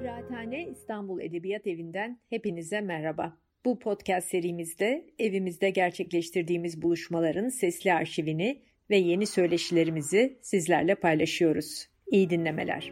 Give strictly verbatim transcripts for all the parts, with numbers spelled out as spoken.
Kıraathane İstanbul Edebiyat Evi'nden hepinize merhaba. Bu podcast serimizde evimizde gerçekleştirdiğimiz buluşmaların sesli arşivini ve yeni söyleşilerimizi sizlerle paylaşıyoruz. İyi dinlemeler.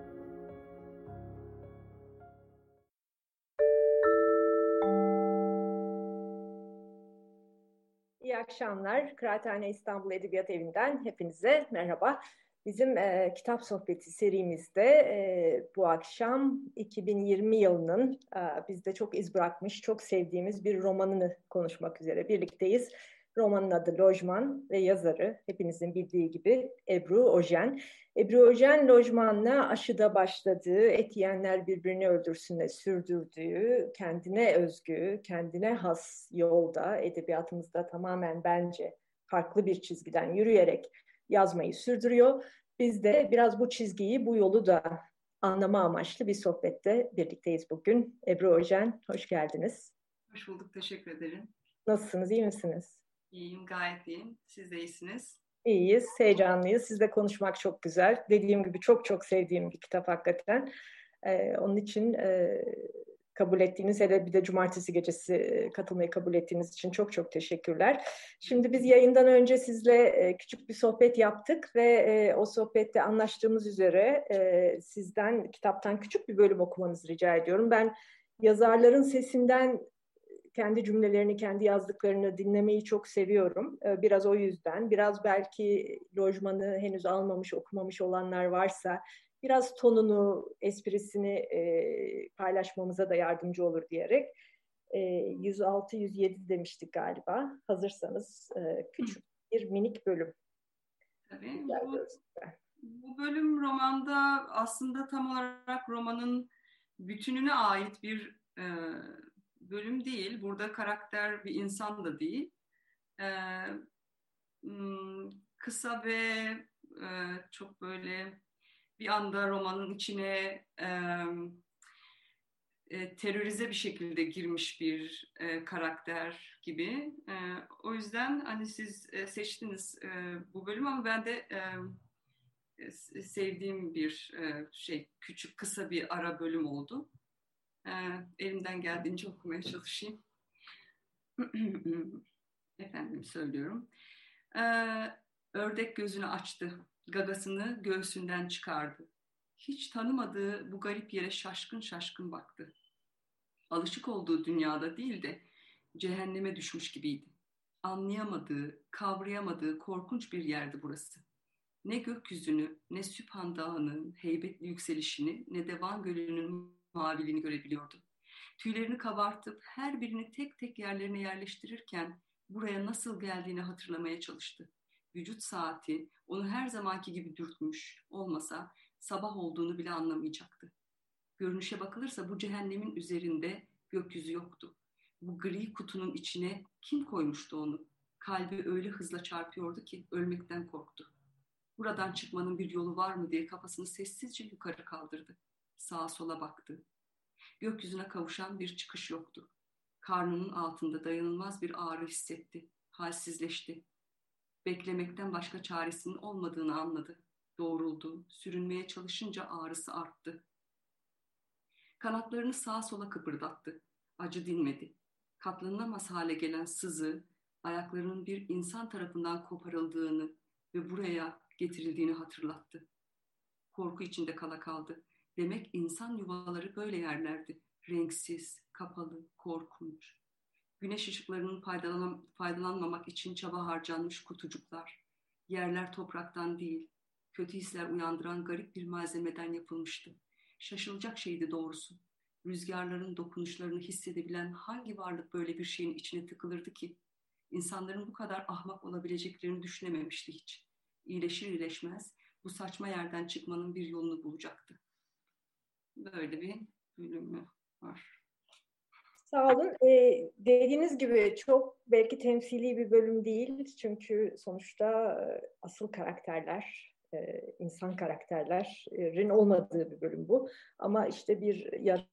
İyi akşamlar. Kıraathane İstanbul Edebiyat Evi'nden hepinize merhaba. Bizim e, kitap sohbeti serimizde e, bu akşam iki bin yirmi yılının e, bizde çok iz bırakmış, çok sevdiğimiz bir romanını konuşmak üzere birlikteyiz. Romanın adı Lojman ve yazarı hepinizin bildiği gibi Ebru Ojen. Ebru Ojen Lojman'la aşıda başladığı, et yiyenler birbirini öldürsünle sürdürdüğü, kendine özgü, kendine has yolda, edebiyatımızda tamamen bence farklı bir çizgiden yürüyerek yazmayı sürdürüyor. Biz de biraz bu çizgiyi, bu yolu da anlama amaçlı bir sohbette birlikteyiz bugün. Ebru Ojen, hoş geldiniz. Hoş bulduk, teşekkür ederim. Nasılsınız, iyi misiniz? İyiyim, gayet iyiyim. Siz de iyisiniz. İyiyiz, heyecanlıyız. Sizle konuşmak çok güzel. Dediğim gibi çok çok sevdiğim bir kitap hakikaten. Ee, onun için e, kabul ettiğiniz, hele bir de cumartesi gecesi katılmayı kabul ettiğiniz için çok çok teşekkürler. Şimdi biz yayından önce sizle e, küçük bir sohbet yaptık ve e, o sohbette anlaştığımız üzere e, sizden kitaptan küçük bir bölüm okumanızı rica ediyorum. Ben yazarların sesinden kendi cümlelerini, kendi yazdıklarını dinlemeyi çok seviyorum. Biraz o yüzden, biraz belki Lojman'ı henüz almamış, okumamış olanlar varsa biraz tonunu, esprisini e, paylaşmamıza da yardımcı olur diyerek e, yüz altı yüz yedi demiştik galiba. Hazırsanız e, küçük bir minik bölüm. Tabii. Bu, bu bölüm romanda aslında tam olarak romanın bütününe ait bir e, bölüm değil. Burada karakter bir insan da değil. E, kısa ve e, çok böyle bir anda romanın içine e, e, terörize bir şekilde girmiş bir e, karakter gibi. E, o yüzden hani siz e, seçtiniz e, bu bölüm ama ben de e, sevdiğim bir e, şey, küçük kısa bir ara bölüm oldu. E, elimden geldiğince okumaya çalışayım. Efendim söylüyorum. E, ördek gözünü açtı, gagasını göğsünden çıkardı. Hiç tanımadığı bu garip yere şaşkın şaşkın baktı. Alışık olduğu dünyada değil de cehenneme düşmüş gibiydi. Anlayamadığı, kavrayamadığı korkunç bir yerdi burası. Ne gökyüzünü, ne Süphan Dağı'nın heybetli yükselişini, ne de Van Gölü'nün maviliğini görebiliyordu. Tüylerini kabartıp her birini tek tek yerlerine yerleştirirken buraya nasıl geldiğini hatırlamaya çalıştı. Vücut saati onu her zamanki gibi dürtmüş, olmasa sabah olduğunu bile anlamayacaktı. Görünüşe bakılırsa bu cehennemin üzerinde gökyüzü yoktu. Bu gri kutunun içine kim koymuştu onu? Kalbi öyle hızla çarpıyordu ki ölmekten korktu. Buradan çıkmanın bir yolu var mı diye kafasını sessizce yukarı kaldırdı. Sağa sola baktı. Gökyüzüne kavuşan bir çıkış yoktu. Karnının altında dayanılmaz bir ağrı hissetti. Halsizleşti. Beklemekten başka çaresinin olmadığını anladı. Doğruldu. Sürünmeye çalışınca ağrısı arttı. Kanatlarını sağa sola kıpırdattı. Acı dinmedi. Katlanılamaz hale gelen sızı, ayaklarının bir insan tarafından koparıldığını ve buraya getirildiğini hatırlattı. Korku içinde kala kaldı. Demek insan yuvaları böyle yerlerdi. Renksiz, kapalı, korkunç. Güneş ışıklarının faydalan faydalanmamak için çaba harcanmış kutucuklar. Yerler topraktan değil, kötü hisler uyandıran garip bir malzemeden yapılmıştı. Şaşılacak şeydi doğrusu. Rüzgarların dokunuşlarını hissedebilen hangi varlık böyle bir şeyin içine tıkılırdı ki? İnsanların bu kadar ahmak olabileceklerini düşünememişti hiç. İyileşir iyileşmez bu saçma yerden çıkmanın bir yolunu bulacaktı. Böyle bir bölümü var. Sağ olun. Ee, dediğiniz gibi çok belki temsili bir bölüm değil. Çünkü sonuçta e, asıl karakterler, e, insan karakterlerin olmadığı bir bölüm bu. Ama işte bir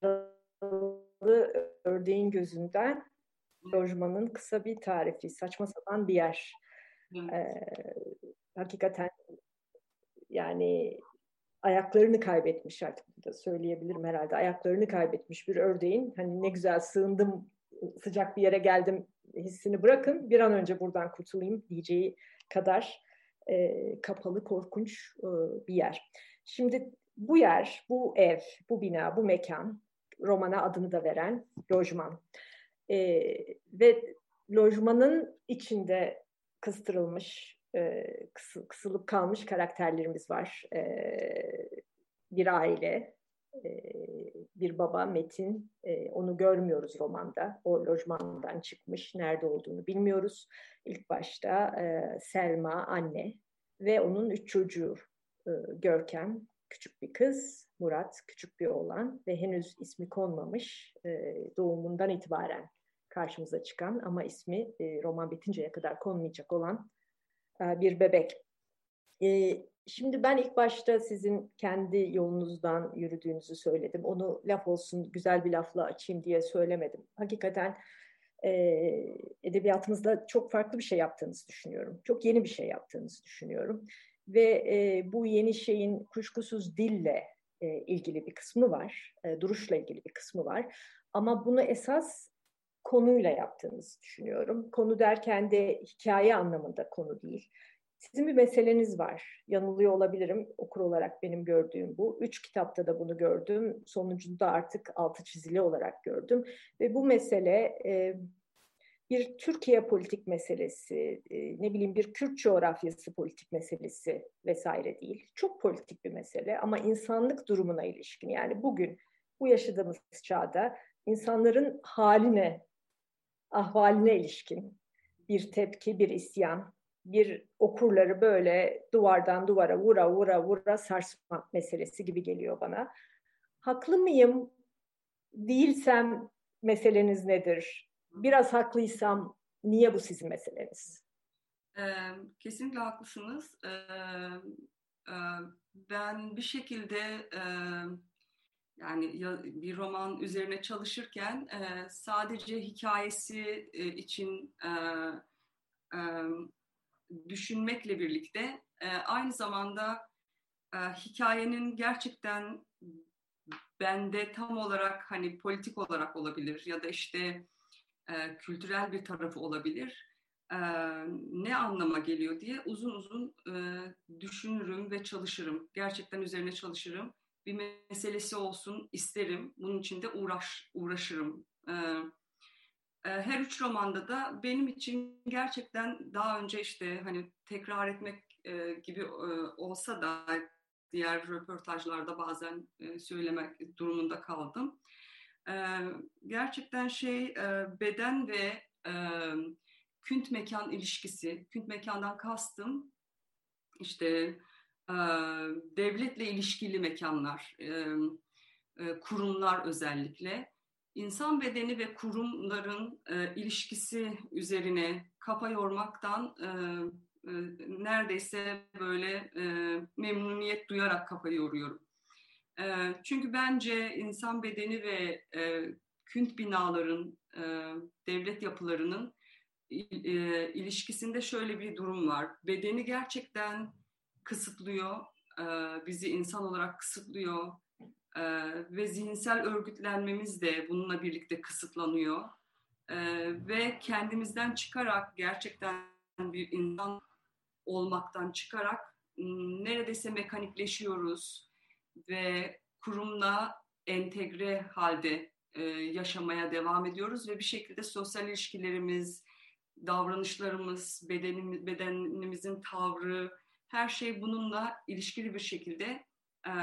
yaralı ördeğin gözünden Lojman'ın kısa bir tarifi, saçma sapan bir yer. Evet. Ee, hakikaten yani ayaklarını kaybetmiş artık. da söyleyebilirim herhalde. Ayaklarını kaybetmiş bir ördeğin hani ne güzel sığındım, sıcak bir yere geldim hissini bırakın, bir an önce buradan kurtulayım diyeceği kadar e, kapalı, korkunç e, bir yer. Şimdi bu yer, bu ev, bu bina, bu mekan, romana adını da veren lojman. E, ve lojmanın içinde kıstırılmış, e, kısı, kısılıp kalmış karakterlerimiz var. E, bir aile, e, bir baba Metin, e, onu görmüyoruz romanda. O lojmandan çıkmış, nerede olduğunu bilmiyoruz. İlk başta e, Selma anne ve onun üç çocuğu, e, Görkem küçük bir kız, Murat küçük bir oğlan ve henüz ismi konmamış, e, doğumundan itibaren karşımıza çıkan ama ismi e, roman bitinceye kadar konmayacak olan e, bir bebek. E, şimdi ben ilk başta sizin kendi yolunuzdan yürüdüğünüzü söyledim. Onu laf olsun, güzel bir lafla açayım diye söylemedim. Hakikaten e, edebiyatımızda çok farklı bir şey yaptığınızı düşünüyorum. Çok yeni bir şey yaptığınızı düşünüyorum. Ve e, bu yeni şeyin kuşkusuz dille e, ilgili bir kısmı var. E, duruşla ilgili bir kısmı var. Ama bunu esas konuyla yaptığınızı düşünüyorum. Konu derken de hikaye anlamında konu değil. Sizin bir meseleniz var. Yanılıyor olabilirim. Okur olarak benim gördüğüm bu. Üç kitapta da bunu gördüm. Sonucunda artık altı çizili olarak gördüm. Ve bu mesele e, bir Türkiye politik meselesi, e, ne bileyim bir Kürt coğrafyası politik meselesi vesaire değil. Çok politik bir mesele ama insanlık durumuna ilişkin. Yani bugün bu yaşadığımız çağda insanların haline, ahvaline ilişkin bir tepki, bir isyan, bir okurları böyle duvardan duvara vura vura vura sarsma meselesi gibi geliyor bana. Haklı mıyım? Değilsem meseleniz nedir? Biraz haklıysam niye bu sizin meseleniz? Ee, kesinlikle haklısınız. Ee, e, ben bir şekilde e, yani ya, bir roman üzerine çalışırken e, sadece hikayesi e, için e, e, düşünmekle birlikte e, aynı zamanda e, hikayenin gerçekten bende tam olarak hani politik olarak olabilir ya da işte e, kültürel bir tarafı olabilir. E, ne anlama geliyor diye uzun uzun e, düşünürüm ve çalışırım. Gerçekten üzerine çalışırım. Bir meselesi olsun isterim. Bunun için de uğraş uğraşırım. E, e, her üç romanda da benim için gerçekten daha önce işte hani tekrar etmek e, gibi e, olsa da diğer röportajlarda bazen e, söylemek durumunda kaldım. E, gerçekten şey e, beden ve e, künt mekan ilişkisi, künt mekandan kastım işte e, devletle ilişkili mekanlar, e, e, kurumlar özellikle. İnsan bedeni ve kurumların e, ilişkisi üzerine kafa yormaktan e, e, neredeyse böyle e, memnuniyet duyarak kafa yoruyorum. E, çünkü bence insan bedeni ve e, künt binaların, e, devlet yapılarının e, ilişkisinde şöyle bir durum var. Bedeni gerçekten kısıtlıyor, e, bizi insan olarak kısıtlıyor e, ve zihinsel örgütlenmemiz de bununla birlikte kısıtlanıyor. E, ve kendimizden çıkarak gerçekten bir insan olmaktan çıkarak neredeyse mekanikleşiyoruz ve kurumla entegre halde e, yaşamaya devam ediyoruz ve bir şekilde sosyal ilişkilerimiz, davranışlarımız, bedenimiz, bedenimizin tavrı, her şey bununla ilişkili bir şekilde e,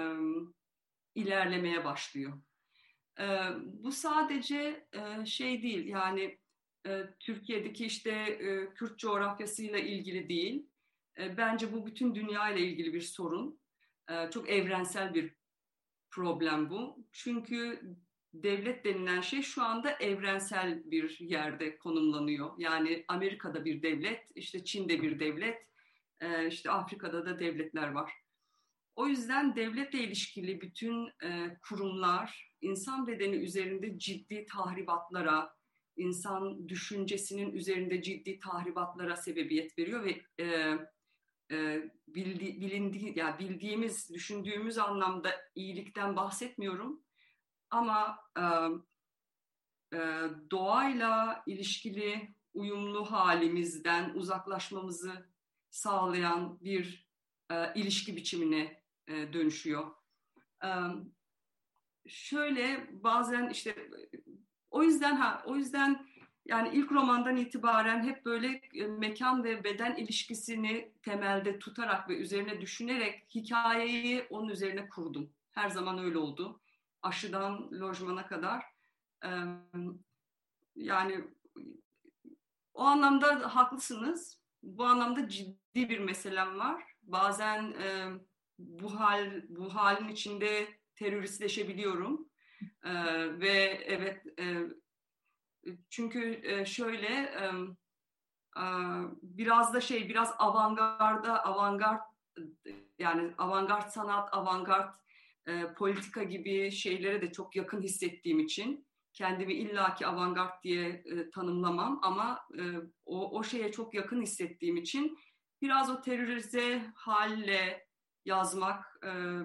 ilerlemeye başlıyor. E, bu sadece e, şey değil, yani e, Türkiye'deki işte e, Kürt coğrafyasıyla ilgili değil. E, bence bu bütün dünya ile ilgili bir sorun. E, çok evrensel bir problem bu. Çünkü devlet denilen şey şu anda evrensel bir yerde konumlanıyor. Yani Amerika'da bir devlet, işte Çin'de bir devlet, e, işte Afrika'da da devletler var. O yüzden devletle ilişkili bütün e, kurumlar insan bedeni üzerinde ciddi tahribatlara, insan düşüncesinin üzerinde ciddi tahribatlara sebebiyet veriyor ve e, e, bildi, bilindiği, yani bildiğimiz, düşündüğümüz anlamda iyilikten bahsetmiyorum. Ama e, e, doğayla ilişkili uyumlu halimizden uzaklaşmamızı sağlayan bir e, ilişki biçimine e, dönüşüyor. E, şöyle bazen işte o yüzden ha o yüzden yani ilk romandan itibaren hep böyle mekan ve beden ilişkisini temelde tutarak ve üzerine düşünerek hikayeyi onun üzerine kurdum. Her zaman öyle oldu. Aşıdan lojmana kadar. Yani o anlamda haklısınız. Bu anlamda ciddi bir meselem var. Bazen bu hal bu halin içinde teröristleşebiliyorum. Ve evet, çünkü şöyle biraz da şey biraz avantgarda avantgard yani avantgard sanat, avantgard politika gibi şeylere de çok yakın hissettiğim için kendimi illaki avantgard diye tanımlamam ama o, o şeye çok yakın hissettiğim için biraz o terörize halle yazmak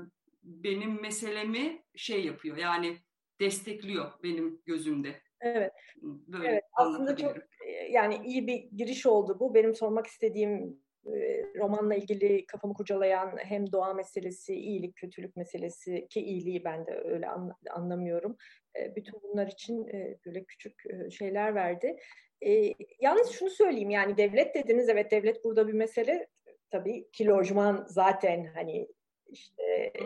benim meselemi şey yapıyor, yani destekliyor benim gözümde. Evet. Böyle evet. Aslında çok yani iyi bir giriş oldu bu. Benim sormak istediğim e, romanla ilgili kafamı kurcalayan hem doğa meselesi, iyilik, kötülük meselesi, ki iyiliği ben de öyle an, anlamıyorum. E, bütün bunlar için e, böyle küçük e, şeyler verdi. E, yalnız şunu söyleyeyim, yani devlet dediniz, evet devlet burada bir mesele. Tabii ki lojman zaten hani işte e,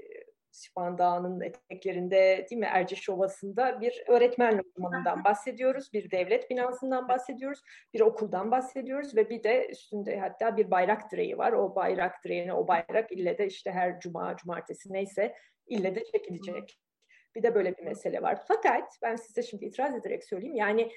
Sipan Dağı'nın eteklerinde, değil mi, Erciş Ovası'nda bir öğretmen lojmanından bahsediyoruz. Bir devlet binasından bahsediyoruz. Bir okuldan bahsediyoruz ve bir de üstünde hatta bir bayrak direği var. O bayrak direğine o bayrak ille de işte her cuma, cumartesi neyse ille de çekilecek. Bir de böyle bir mesele var. Fakat ben size şimdi itiraz ederek söyleyeyim. Yani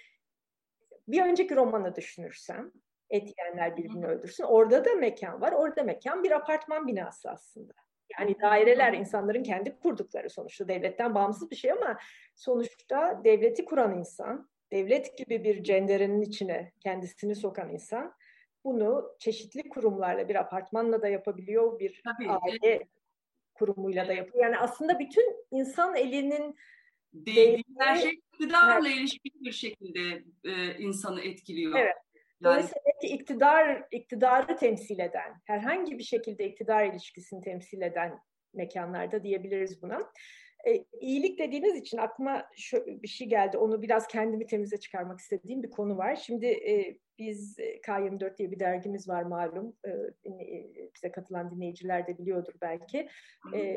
bir önceki romanı düşünürsem, Et Yiyenler Birbirini Öldürsün. Orada da mekan var. Orada mekan bir apartman binası aslında. Yani daireler insanların kendi kurdukları, sonuçta devletten bağımsız bir şey ama sonuçta devleti kuran insan, devlet gibi bir cenderenin içine kendisini sokan insan bunu çeşitli kurumlarla, bir apartmanla da yapabiliyor, bir Tabii, aile evet. kurumuyla da yapıyor. Yani aslında bütün insan elinin değdiği her şey iktidarla her... ilişkili bir şekilde e, insanı etkiliyor. Evet. Dolayısıyla yani... iktidar, iktidarı temsil eden, herhangi bir şekilde iktidar ilişkisini temsil eden mekanlarda diyebiliriz buna. E, iyilik dediğiniz için aklıma şu, bir şey geldi. Onu biraz kendimi temize çıkarmak istediğim bir konu var. Şimdi e, biz K yirmi dört diye bir dergimiz var malum. E, bize katılan dinleyiciler de biliyordur belki. E,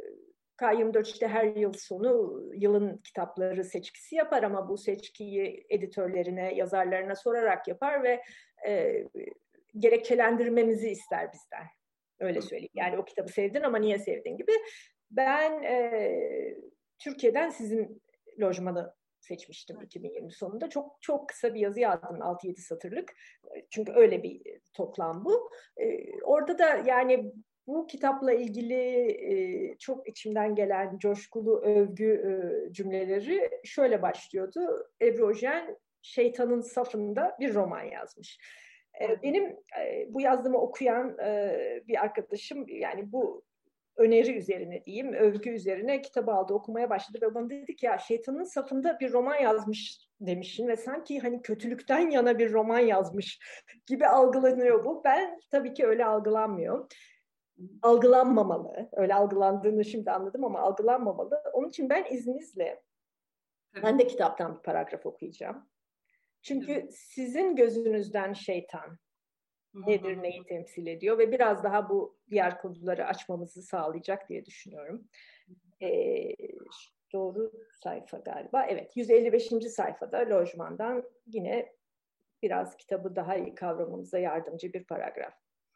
K yirmi dört işte her yıl sonu yılın kitapları seçkisi yapar ama bu seçkiyi editörlerine, yazarlarına sorarak yapar ve e, gerekçelendirmemizi ister bizden. Öyle söyleyeyim. Yani o kitabı sevdin ama niye sevdin gibi. Ben e, Türkiye'den sizin lojmanı seçmiştim iki bin yirmi sonunda. Çok çok kısa bir yazı yazdım, altı yedi satırlık. Çünkü öyle bir toplam bu. E, orada da yani bu kitapla ilgili e, çok içimden gelen coşkulu övgü e, cümleleri şöyle başlıyordu. Ebru Ojen şeytanın safında bir roman yazmış. E, benim e, bu yazdığımı okuyan e, bir arkadaşım, yani bu öneri üzerine diyeyim, övgü üzerine kitabı aldı, okumaya başladı ve bana dedi ki ya şeytanın safında bir roman yazmış demişsin ve sanki hani kötülükten yana bir roman yazmış gibi algılanıyor bu. Ben tabii ki öyle algılanmıyor. Algılanmamalı. Öyle algılandığını şimdi anladım ama algılanmamalı. Onun için ben izninizle Tabii. ben de kitaptan bir paragraf okuyacağım. Çünkü Tabii. sizin gözünüzden şeytan nedir, neyi temsil ediyor ve biraz daha bu diğer konuları açmamızı sağlayacak diye düşünüyorum. Ee, doğru sayfa galiba. Evet, yüz elli beşinci sayfada lojmandan yine biraz kitabı daha iyi kavramamıza yardımcı bir paragraf.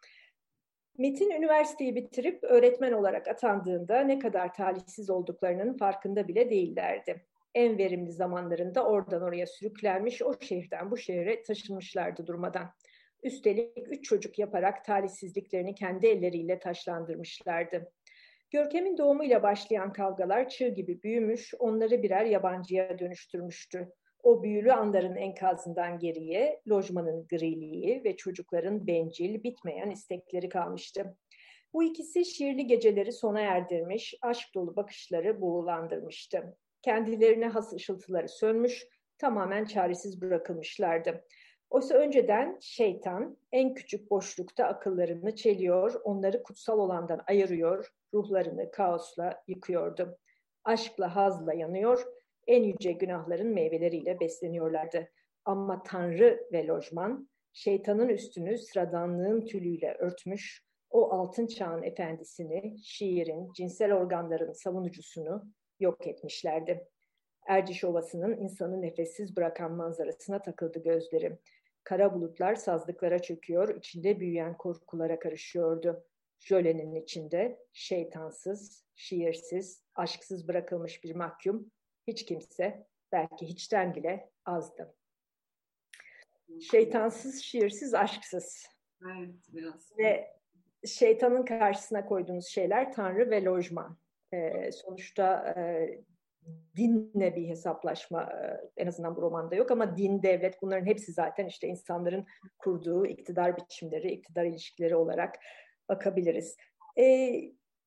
Metin üniversiteyi bitirip öğretmen olarak atandığında ne kadar talihsiz olduklarının farkında bile değillerdi. En verimli zamanlarında oradan oraya sürüklenmiş, o şehirden bu şehre taşınmışlardı durmadan. Üstelik üç çocuk yaparak talihsizliklerini kendi elleriyle taşlandırmışlardı. Görkem'in doğumuyla başlayan kavgalar çığ gibi büyümüş, onları birer yabancıya dönüştürmüştü. O büyülü anların enkazından geriye lojmanın griliği ve çocukların bencil, bitmeyen istekleri kalmıştı. Bu ikisi şiirli geceleri sona erdirmiş, aşk dolu bakışları buğulandırmıştı. Kendilerine has ışıltıları sönmüş, tamamen çaresiz bırakılmışlardı. Oysa önceden şeytan en küçük boşlukta akıllarını çeliyor, onları kutsal olandan ayırıyor, ruhlarını kaosla yıkıyordu. Aşkla, hazla yanıyor, en yüce günahların meyveleriyle besleniyorlardı. Ama Tanrı ve lojman, şeytanın üstünü sıradanlığın tülüyle örtmüş, o altın çağın efendisini, şiirin, cinsel organların savunucusunu yok etmişlerdi. Erciş Ovası'nın insanı nefessiz bırakan manzarasına takıldı gözlerim. Kara bulutlar sazlıklara çöküyor, içinde büyüyen korkulara karışıyordu. Jölenin içinde şeytansız, şiirsiz, aşksız bırakılmış bir mahkum, hiç kimse, belki hiçten bile azdı. Şeytansız, şiirsiz, aşksız. Evet, biraz. Ve şeytanın karşısına koyduğunuz şeyler Tanrı ve lojman. Ee, sonuçta e, dinle bir hesaplaşma e, en azından bu romanda yok ama din, devlet bunların hepsi zaten işte insanların kurduğu iktidar biçimleri, iktidar ilişkileri olarak bakabiliriz. Ee,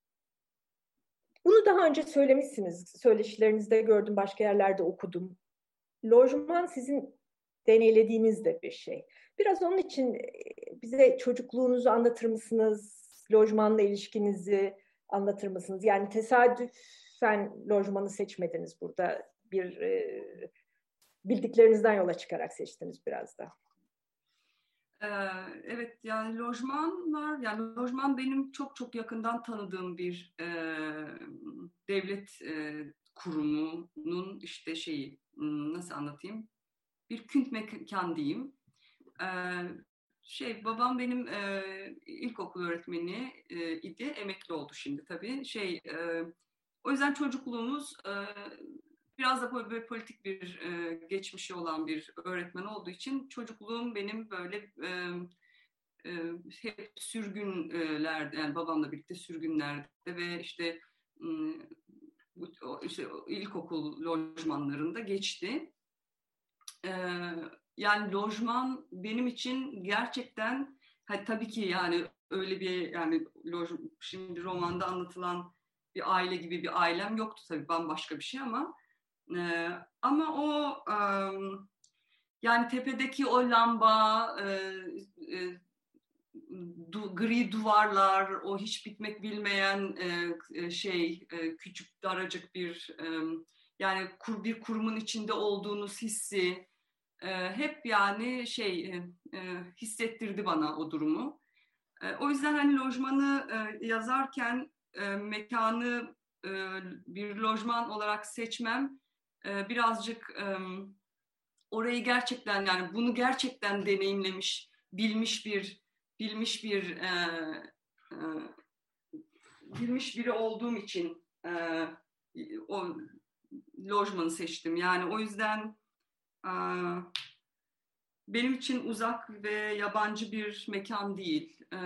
bunu daha önce söylemişsiniz. Söyleşilerinizde gördüm, başka yerlerde okudum. Lojman sizin deneylediğiniz de bir şey. Biraz onun için bize çocukluğunuzu anlatır mısınız? Lojmanla ilişkinizi anlatır mısınız? Yani tesadüfen lojmanı seçmediniz burada. Bir e, bildiklerinizden yola çıkarak seçtiniz biraz da. Ee, evet, yani lojmanlar, yani lojman benim çok çok yakından tanıdığım bir e, devlet e, kurumunun işte şeyi, nasıl anlatayım? Bir kült mekan diyeyim. Ee, şey babam benim e, ilkokul öğretmeni e, idi, emekli oldu şimdi tabii. Şey e, o yüzden çocukluğumuz e, biraz da böyle, böyle politik bir e, geçmişi olan bir öğretmen olduğu için çocukluğum benim böyle e, e, hep sürgünlerde, yani babamla birlikte sürgünlerde ve işte bu işte ilkokul lojmanlarında geçti. Ee, yani lojman benim için gerçekten, ha, tabii ki yani öyle bir, yani loj, şimdi romanda anlatılan bir aile gibi bir ailem yoktu tabii, bambaşka bir şey ama e, ama o e, yani tepedeki o lamba, e, e, du, gri duvarlar, o hiç bitmek bilmeyen e, şey e, küçük daracık bir e, yani kur, bir kurumun içinde olduğunuz hissi e, hep yani şey e, e, hissettirdi bana o durumu. E, o yüzden hani lojmanı e, yazarken e, mekanı e, bir lojman olarak seçmem e, birazcık e, orayı gerçekten, yani bunu gerçekten deneyimlemiş, bilmiş bir bilmiş bir e, e, bilmiş biri olduğum için e, o lojmanı seçtim. Yani o yüzden e, benim için uzak ve yabancı bir mekan değil. E,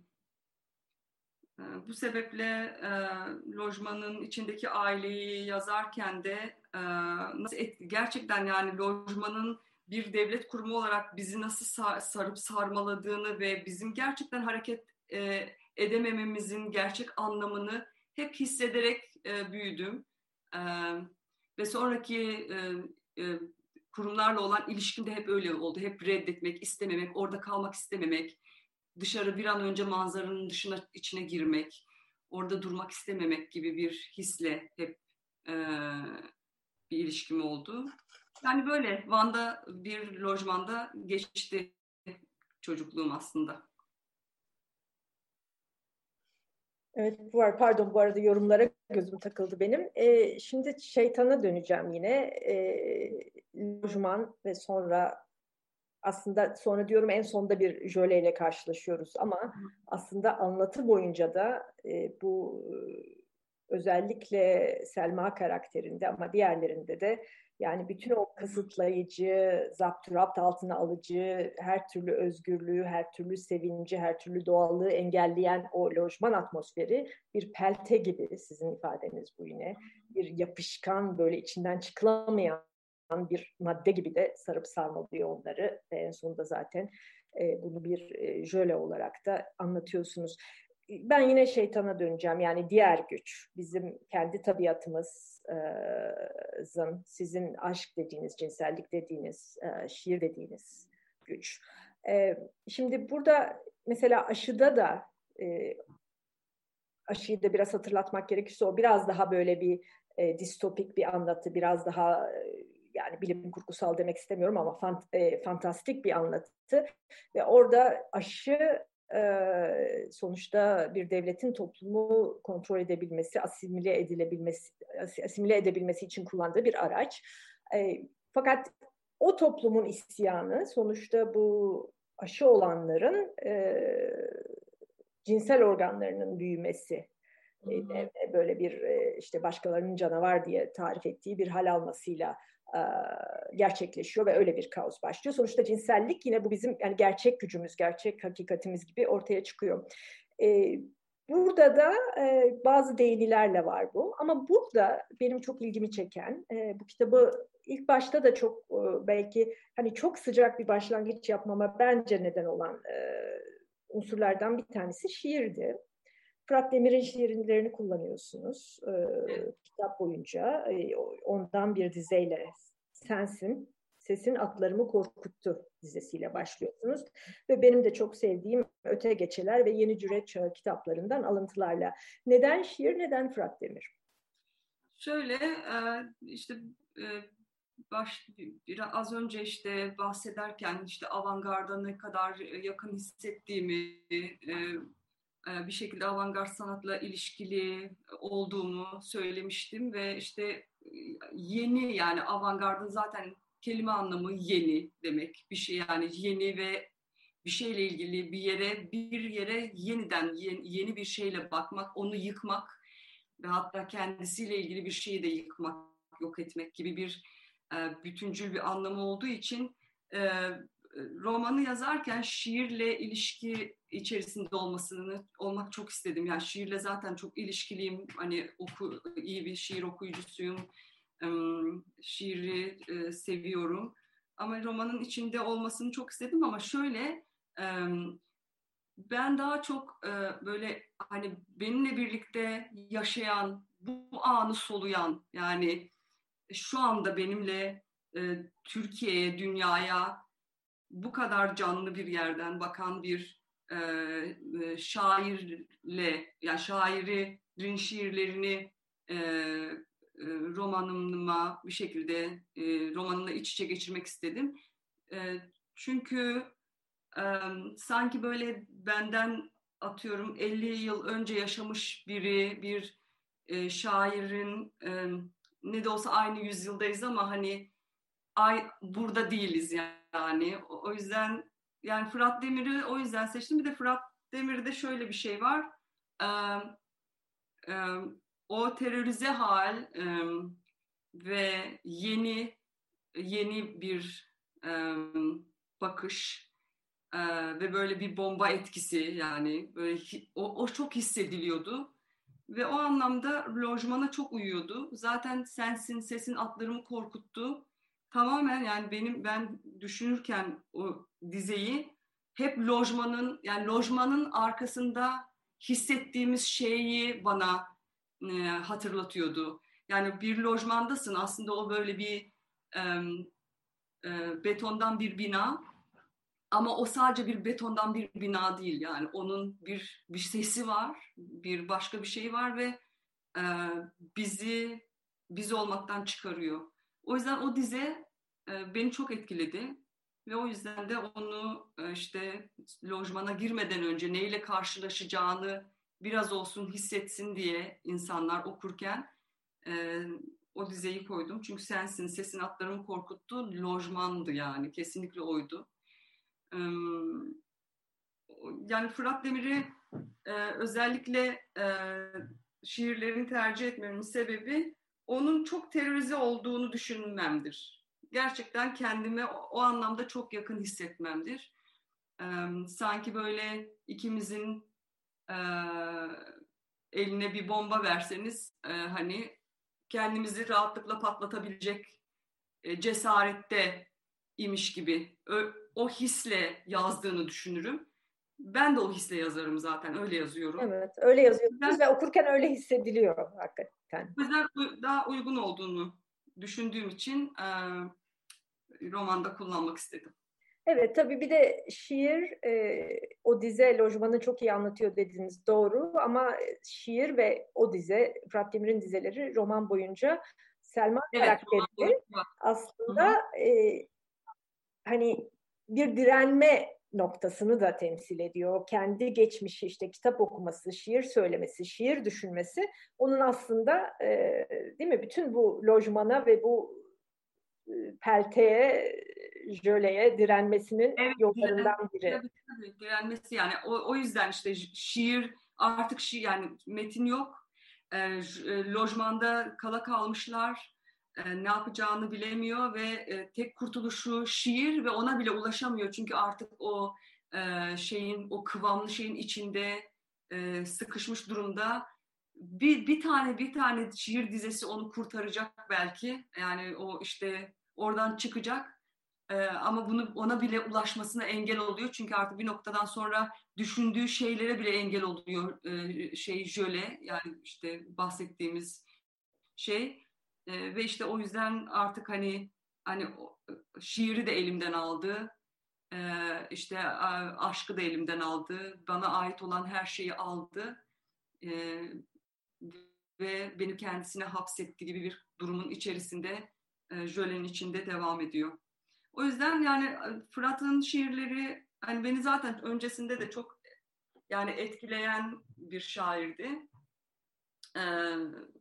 e, bu sebeple e, lojmanın içindeki aileyi yazarken de e, nasıl et, gerçekten yani lojmanın bir devlet kurumu olarak bizi nasıl sarıp sarmaladığını ve bizim gerçekten hareket e, edemememizin gerçek anlamını hep hissederek e, büyüdüm. E, ve sonraki e, e, kurumlarla olan ilişkim de hep öyle oldu. Hep reddetmek, istememek, orada kalmak istememek, dışarı bir an önce manzaranın dışına içine girmek, orada durmak istememek gibi bir hisle hep e, bir ilişkim oldu. Yani böyle Van'da bir lojmanda geçti çocukluğum aslında. Evet, bu var. Pardon, bu arada yorumlara gözüm takıldı benim. Ee, şimdi şeytana döneceğim yine. Ee, lojman ve sonra aslında sonra diyorum en sonda bir jöleyle karşılaşıyoruz ama aslında anlatı boyunca da e, bu e, özellikle Selma karakterinde ama diğerlerinde de yani bütün o kısıtlayıcı, zapturapt altına alıcı, her türlü özgürlüğü, her türlü sevinci, her türlü doğallığı engelleyen o lojman atmosferi bir pelte gibi, sizin ifadeniz bu yine. Bir yapışkan, böyle içinden çıkılamayan bir madde gibi de sarıp sarmalıyor onları. En sonunda zaten e, bunu bir e, jöle olarak da anlatıyorsunuz. Ben yine şeytana döneceğim. Yani diğer güç, bizim kendi tabiatımızın, sizin aşk dediğiniz, cinsellik dediğiniz, şiir dediğiniz güç. Şimdi burada mesela aşıda da, aşıyı da biraz hatırlatmak gerekirse, o biraz daha böyle bir distopik bir anlatı, biraz daha yani bilim kurgusal demek istemiyorum ama fant, e, fantastik bir anlatı. Ve orada aşı e, sonuçta bir devletin toplumu kontrol edebilmesi, asimile edilebilmesi, asimile edebilmesi için kullandığı bir araç. E, fakat o toplumun isyanı sonuçta bu aşı olanların e, cinsel organlarının büyümesi. E, böyle bir e, işte başkalarının canavar diye tarif ettiği bir hal almasıyla e, gerçekleşiyor ve öyle bir kaos başlıyor. Sonuçta cinsellik yine bu bizim yani gerçek gücümüz, gerçek hakikatimiz gibi ortaya çıkıyor. E, burada da e, bazı değinilerle var bu. Ama burada benim çok ilgimi çeken, e, bu kitabı ilk başta da çok e, belki hani çok sıcak bir başlangıç yapmama bence neden olan e, unsurlardan bir tanesi şiirdi. Fırat Demir'in şiirlerini kullanıyorsunuz e, kitap boyunca. E, ondan bir dizeyle Sensin, Sesin Atlarımı Korkuttu dizesiyle başlıyorsunuz. Ve benim de çok sevdiğim Öte Geçeler ve Yeni Cüret Çağı kitaplarından alıntılarla. Neden şiir, neden Fırat Demir? Şöyle işte baş, biraz az önce işte bahsederken işte avantgarda ne kadar yakın hissettiğimi, bir şekilde avantgard sanatla ilişkili olduğumu söylemiştim ve işte yeni, yani avantgardın zaten kelime anlamı yeni demek. Bir şey, yani yeni ve bir şeyle ilgili bir yere bir yere yeniden yeni, yeni bir şeyle bakmak, onu yıkmak ve hatta kendisiyle ilgili bir şeyi de yıkmak, yok etmek gibi bir e, bütüncül bir anlamı olduğu için e, romanı yazarken şiirle ilişki içerisinde olmasını olmak çok istedim. Yani şiirle zaten çok ilişkiliyim. Hani oku, iyi bir şiir okuyucusuyum. Şiiri e, seviyorum. Ama romanın içinde olmasını çok istedim ama şöyle e, ben daha çok e, böyle hani benimle birlikte yaşayan, bu anı soluyan, yani şu anda benimle e, Türkiye'ye, dünyaya bu kadar canlı bir yerden bakan bir e, e, şairle, yani şairin şiirlerini e, e, romanıma bir şekilde e, romanımla iç içe geçirmek istedim. E, çünkü e, sanki böyle benden atıyorum elli yıl önce yaşamış biri, bir e, şairin e, ne de olsa aynı yüzyıldayız ama hani ay, burada değiliz yani. O, o yüzden yani Fırat Demir'i o yüzden seçtim. Bir de Fırat Demir'de şöyle bir şey var. Ee, e, o terörize hal e, ve yeni yeni bir e, bakış e, ve böyle bir bomba etkisi, yani böyle o, o çok hissediliyordu. Ve o anlamda lojmana çok uyuyordu. Zaten Sensin, Sesin Atlarımı Korkuttu. Tamamen yani benim ben düşünürken o dizeyi hep lojmanın, yani lojmanın arkasında hissettiğimiz şeyi bana e, hatırlatıyordu. Yani bir lojmandasın, aslında o böyle bir e, e, betondan bir bina. Ama o sadece bir betondan bir bina değil, yani onun bir bir sesi var, bir başka bir şey var ve e, bizi biz olmaktan çıkarıyor. O yüzden o dize e, beni çok etkiledi ve o yüzden de onu e, işte lojmana girmeden önce neyle karşılaşacağını biraz olsun hissetsin diye insanlar okurken e, o dizeyi koydum. Çünkü Sensin, Sesin Atlarımı Korkuttu, lojmandı, yani kesinlikle oydu. Yani Fırat Demir'i e, özellikle e, şiirlerini tercih etmemin sebebi onun çok terörize olduğunu düşünmemdir. Gerçekten kendime o, o anlamda çok yakın hissetmemdir. E, sanki böyle ikimizin e, eline bir bomba verseniz e, hani kendimizi rahatlıkla patlatabilecek e, cesarette imiş gibi o, o hisle yazdığını düşünürüm. Ben de o hisle yazarım zaten, öyle yazıyorum. Evet, öyle yazıyorsunuz Ben, ve okurken öyle hissediliyor hakikaten. o yüzden daha uygun olduğunu düşündüğüm için e, romanda kullanmak istedim. Evet, tabii bir de şiir, e, o dize lojmanı çok iyi anlatıyor dediniz, doğru. Ama şiir ve o dize, Fırat Demir'in dizeleri roman boyunca Selma Evet, roman karakteri boyunca. Hı aslında hı. e, hani bir direnme noktasını da temsil ediyor. Kendi geçmişi, işte kitap okuması, şiir söylemesi, şiir düşünmesi onun aslında e, değil mi? Bütün bu lojmana ve bu e, pelteye, jöleye direnmesinin Evet, diren, yollarından biri. tabii tabii direnmesi yani o, o yüzden işte şiir artık şiir yani metin yok. E, j- e, lojmanda kala kalmışlar. E, ne yapacağını bilemiyor ve e, tek kurtuluşu şiir ve ona bile ulaşamıyor çünkü artık o e, şeyin o kıvamlı şeyin içinde e, sıkışmış durumda. Bir, bir tane bir tane şiir dizesi onu kurtaracak belki. Yani o işte oradan çıkacak. Ee, ama bunu ona bile ulaşmasına engel oluyor. Çünkü artık bir noktadan sonra düşündüğü şeylere bile engel oluyor ee, şey jöle yani işte bahsettiğimiz şey. Ee, ve işte o yüzden artık hani hani şiiri de elimden aldı. Ee, işte aşkı da elimden aldı. Bana ait olan her şeyi aldı. Ee, ve beni kendisine hapsetti gibi bir durumun içerisinde e, jölenin içinde devam ediyor. O yüzden yani Fırat'ın şiirleri hani beni zaten öncesinde de çok yani etkileyen bir şairdi. Ee,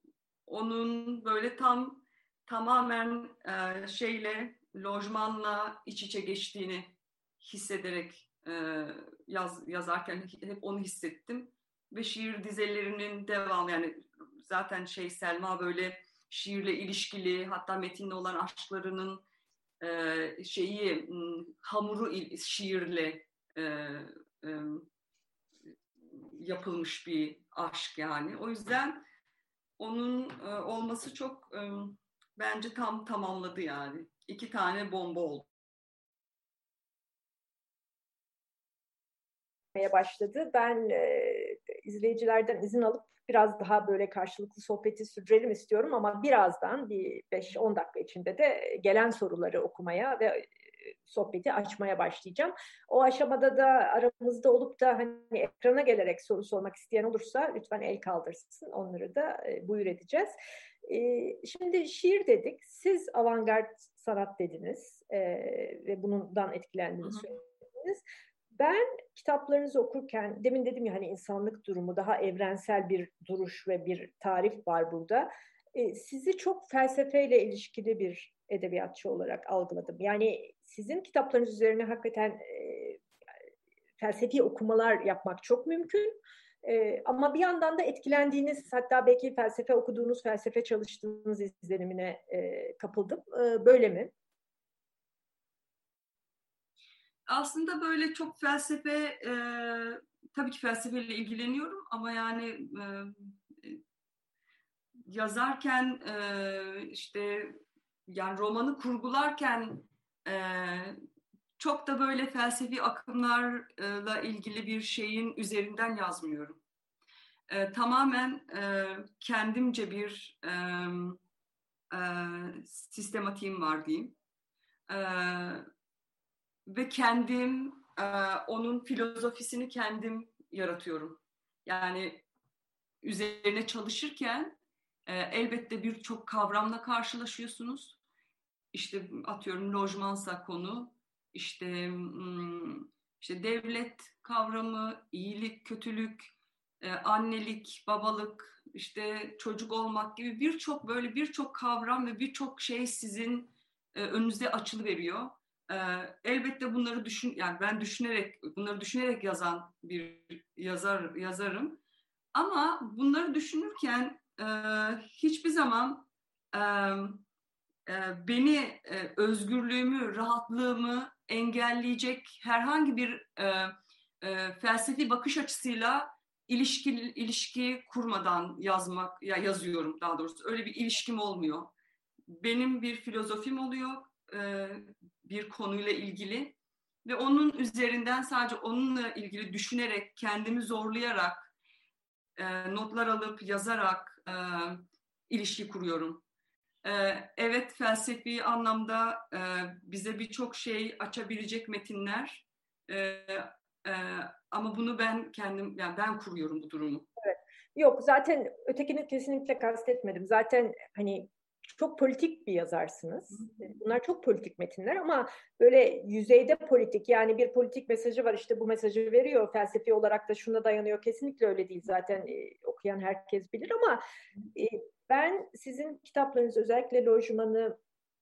onun böyle tam tamamen e, şeyle lojmanla iç içe geçtiğini hissederek e, yaz, yazarken hep onu hissettim ve şiir dizelerinin devamı yani zaten şey Selma böyle şiirle ilişkili hatta metinle olan aşklarının e, şeyi hamuru şiirle e, e, yapılmış bir aşk yani. O yüzden onun e, olması çok e, bence tam tamamladı yani. İki tane bomba oldu. Başladı. Ben e, izleyicilerden izin alıp biraz daha böyle karşılıklı sohbeti sürdürelim istiyorum ama birazdan bir beş on dakika içinde de gelen soruları okumaya ve sohbeti açmaya başlayacağım. O aşamada da aramızda olup da hani ekrana gelerek soru sormak isteyen olursa lütfen el kaldırsın. Onları da e, buyur edeceğiz. E, şimdi şiir dedik. Siz avantgard sanat dediniz e, ve bundan etkilendiğinizi söylediniz. Ben kitaplarınızı okurken demin dedim ya hani insanlık durumu daha evrensel bir duruş ve bir tarif var burada. E, sizi çok felsefeyle ilişkili bir edebiyatçı olarak algıladım. Yani sizin kitaplarınız üzerine hakikaten e, felsefi okumalar yapmak çok mümkün. E, ama bir yandan da etkilendiğiniz, hatta belki felsefe okuduğunuz, felsefe çalıştığınız izlenimine e, kapıldım. E, böyle mi? Aslında böyle çok felsefe e, tabii ki felsefeyle ilgileniyorum ama yani e, yazarken e, işte yani romanı kurgularken e, çok da böyle felsefi akımlarla ilgili bir şeyin üzerinden yazmıyorum. E, tamamen e, kendimce bir e, e, sistematiğim var diyeyim. E, ve kendim e, onun filozofisini kendim yaratıyorum. Yani üzerine çalışırken e, elbette birçok kavramla karşılaşıyorsunuz. İşte atıyorum lojmansa konu, işte işte devlet kavramı, iyilik, kötülük, e, annelik, babalık, işte çocuk olmak gibi birçok böyle birçok kavram ve birçok şey sizin e, önünüze açılıveriyor. E, elbette bunları düşün, yani ben düşünerek bunları düşünerek yazan bir yazar yazarım. Ama bunları düşünürken e, hiçbir zaman e, e, beni e, özgürlüğümü, rahatlığımı engelleyecek herhangi bir e, e, felsefi bakış açısıyla ilişki ilişki kurmadan yazmak ya yazıyorum daha doğrusu öyle bir ilişkim olmuyor. benim bir filozofim oluyor e, bir konuyla ilgili ve onun üzerinden sadece onunla ilgili düşünerek, kendimi zorlayarak, e, notlar alıp yazarak e, ilişki kuruyorum. E, evet, felsefi anlamda e, bize birçok şey açabilecek metinler, e, e, ama bunu ben kendim, yani ben kuruyorum bu durumu. Evet. Yok, zaten ötekini kesinlikle kastetmedim. Zaten hani çok politik bir yazarsınız. Bunlar çok politik metinler ama böyle yüzeyde politik, yani bir politik mesajı var, işte bu mesajı veriyor, felsefi olarak da şuna dayanıyor. Kesinlikle öyle değil, zaten e, okuyan herkes bilir ama e, ben sizin kitaplarınız, özellikle Lojman'ı,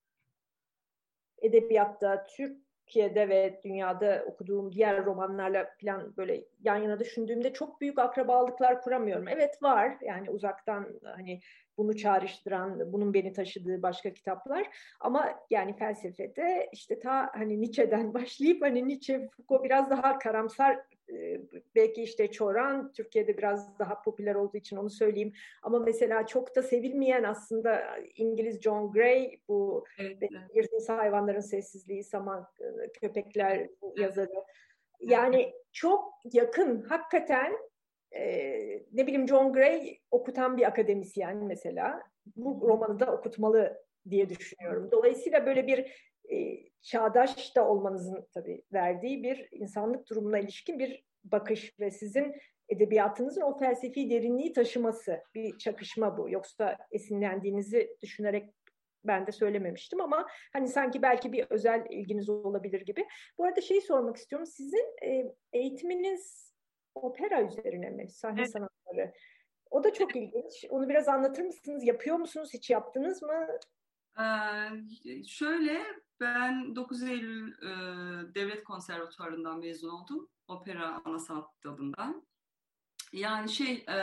edebiyatta, Türkiye'de ve dünyada okuduğum diğer romanlarla falan böyle yan yana düşündüğümde çok büyük akrabalıklar kuramıyorum. Evet, var yani uzaktan hani bunu çağrıştıran, bunun beni taşıdığı başka kitaplar, ama yani felsefede işte ta hani Nietzsche'den başlayıp, hani Nietzsche, Foucault biraz daha karamsar, belki işte Çoran Türkiye'de biraz daha popüler olduğu için onu söyleyeyim, ama mesela çok da sevilmeyen aslında İngiliz John Gray, bu Evet, evet. Yırtıcı Hayvanların Sessizliği, Saman Köpekler yazarı. Evet. Yani çok yakın hakikaten, e, ne bileyim, John Gray okutan bir akademisyen mesela. Bu romanı da okutmalı diye düşünüyorum. Dolayısıyla böyle bir e, çağdaş da olmanızın tabii verdiği bir insanlık durumuna ilişkin bir bakış ve sizin edebiyatınızın o felsefi derinliği taşıması, bir çakışma bu. Yoksa esinlendiğinizi düşünerek ben de söylememiştim ama hani sanki belki bir özel ilginiz olabilir gibi. Bu arada şeyi sormak istiyorum. Sizin e, eğitiminiz opera üzerine mi? Sahne Evet. sanatları. O da çok ilginç. Onu biraz anlatır mısınız? Yapıyor musunuz? Hiç yaptınız mı? Ee, şöyle, ben dokuz Eylül e, Devlet Konservatuvarı'ndan mezun oldum. Opera ana sanat dalından. Yani şey, e,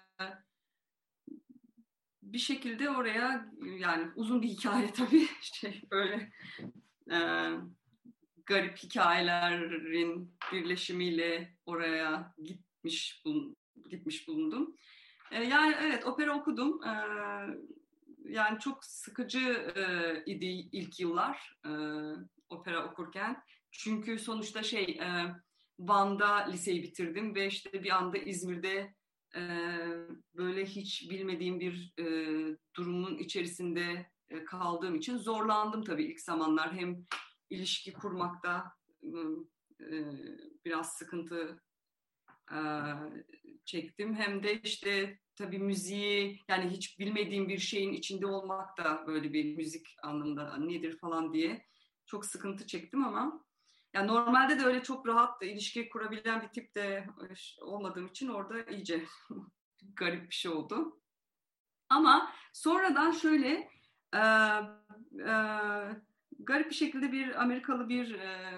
bir şekilde oraya, yani uzun bir hikaye tabii, şey böyle e, garip hikayelerin birleşimiyle oraya gitmiş bulun, gitmiş bulundum. E, yani evet, opera okudum. E, yani çok sıkıcı e, idi ilk yıllar e, opera okurken. Çünkü sonuçta şey, e, Van'da liseyi bitirdim ve işte bir anda İzmir'de e, böyle hiç bilmediğim bir e, durumun içerisinde e, kaldığım için zorlandım tabii ilk zamanlar. Hem ilişki kurmakta e, biraz sıkıntı e, çektim. Hem de işte tabii müziği, yani hiç bilmediğim bir şeyin içinde olmak da, böyle bir müzik anlamında nedir falan diye çok sıkıntı çektim ama yani normalde de öyle çok rahat ilişki kurabilen bir tip de olmadığım için orada iyice garip bir şey oldu. Ama sonradan şöyle e, e, garip bir şekilde bir Amerikalı bir e,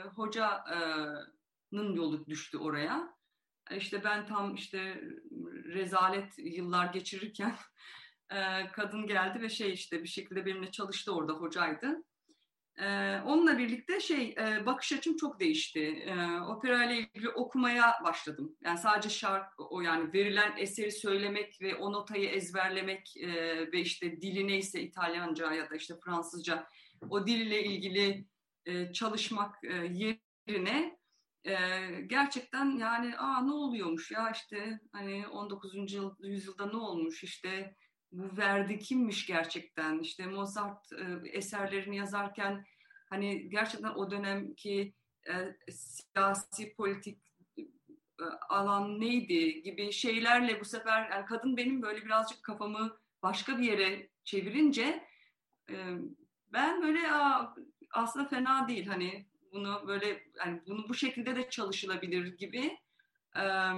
hocanın yolu düştü oraya. İşte ben tam işte rezalet yıllar geçirirken e, kadın geldi ve şey işte bir şekilde benimle çalıştı, orada hocaydı. Ee, onunla birlikte şey e, bakış açım çok değişti. Ee, opera ile ilgili okumaya başladım. Yani sadece şarkı, o yani verilen eseri söylemek ve o notayı ezberlemek e, ve işte dili neyse, İtalyanca ya da işte Fransızca, o dil ile ilgili e, çalışmak e, yerine e, gerçekten yani aa ne oluyormuş ya, işte hani on dokuzuncu yüzyılda ne olmuş, işte bu Verdi kimmiş gerçekten, işte Mozart e, eserlerini yazarken hani gerçekten o dönemki e, siyasi politik e, alan neydi gibi şeylerle bu sefer yani kadın benim böyle birazcık kafamı başka bir yere çevirince e, ben böyle aa, aslında fena değil, hani bunu böyle, yani bunu bu şekilde de çalışılabilir gibi e,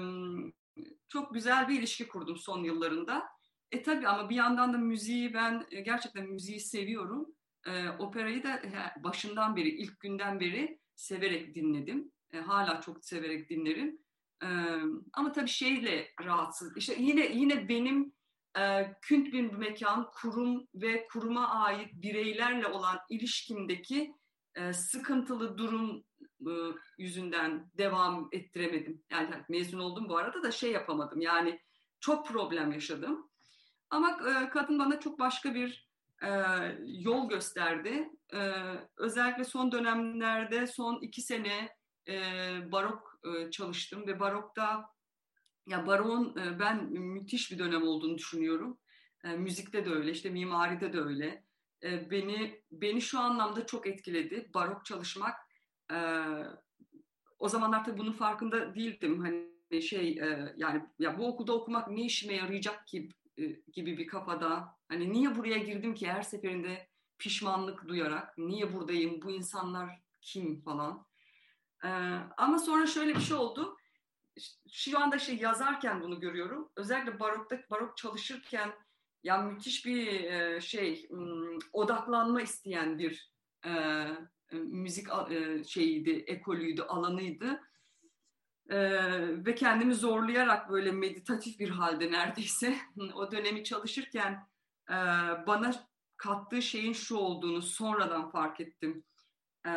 çok güzel bir ilişki kurdum son yıllarında. E tabii ama bir yandan da müziği, ben gerçekten müziği seviyorum. E, operayı da başından beri, ilk günden beri severek dinledim. E, hala çok severek dinlerim. E, ama tabii şeyle rahatsız. İşte yine yine benim e, kült bir mekan, kurum ve kuruma ait bireylerle olan ilişkimdeki e, sıkıntılı durum e, yüzünden devam ettiremedim. Yani mezun oldum bu arada da şey yapamadım. Yani çok problem yaşadım. Ama e, kadın bana çok başka bir e, yol gösterdi. E, özellikle son dönemlerde, son iki sene e, barok e, çalıştım ve barokta, ya barokun e, ben müthiş bir dönem olduğunu düşünüyorum. E, müzikte de öyle, işte mimaride de öyle. E, beni beni şu anlamda çok etkiledi. Barok çalışmak. E, o zamanlar tabii bunun farkında değildim. Hani şey e, yani ya bu okulda okumak ne işime yarayacak ki e, gibi bir kafada. Hani niye buraya girdim ki, her seferinde pişmanlık duyarak, niye buradayım, bu insanlar kim falan. E, ama sonra şöyle bir şey oldu. Şu anda şey yazarken bunu görüyorum. Özellikle barokta barok çalışırken ya müthiş bir e, şey odaklanma isteyen bir e, müzik e, şeyiydi, ekolüydü, alanıydı. E, ve kendimi zorlayarak böyle meditatif bir halde neredeyse o dönemi çalışırken e, bana kattığı şeyin şu olduğunu sonradan fark ettim. E,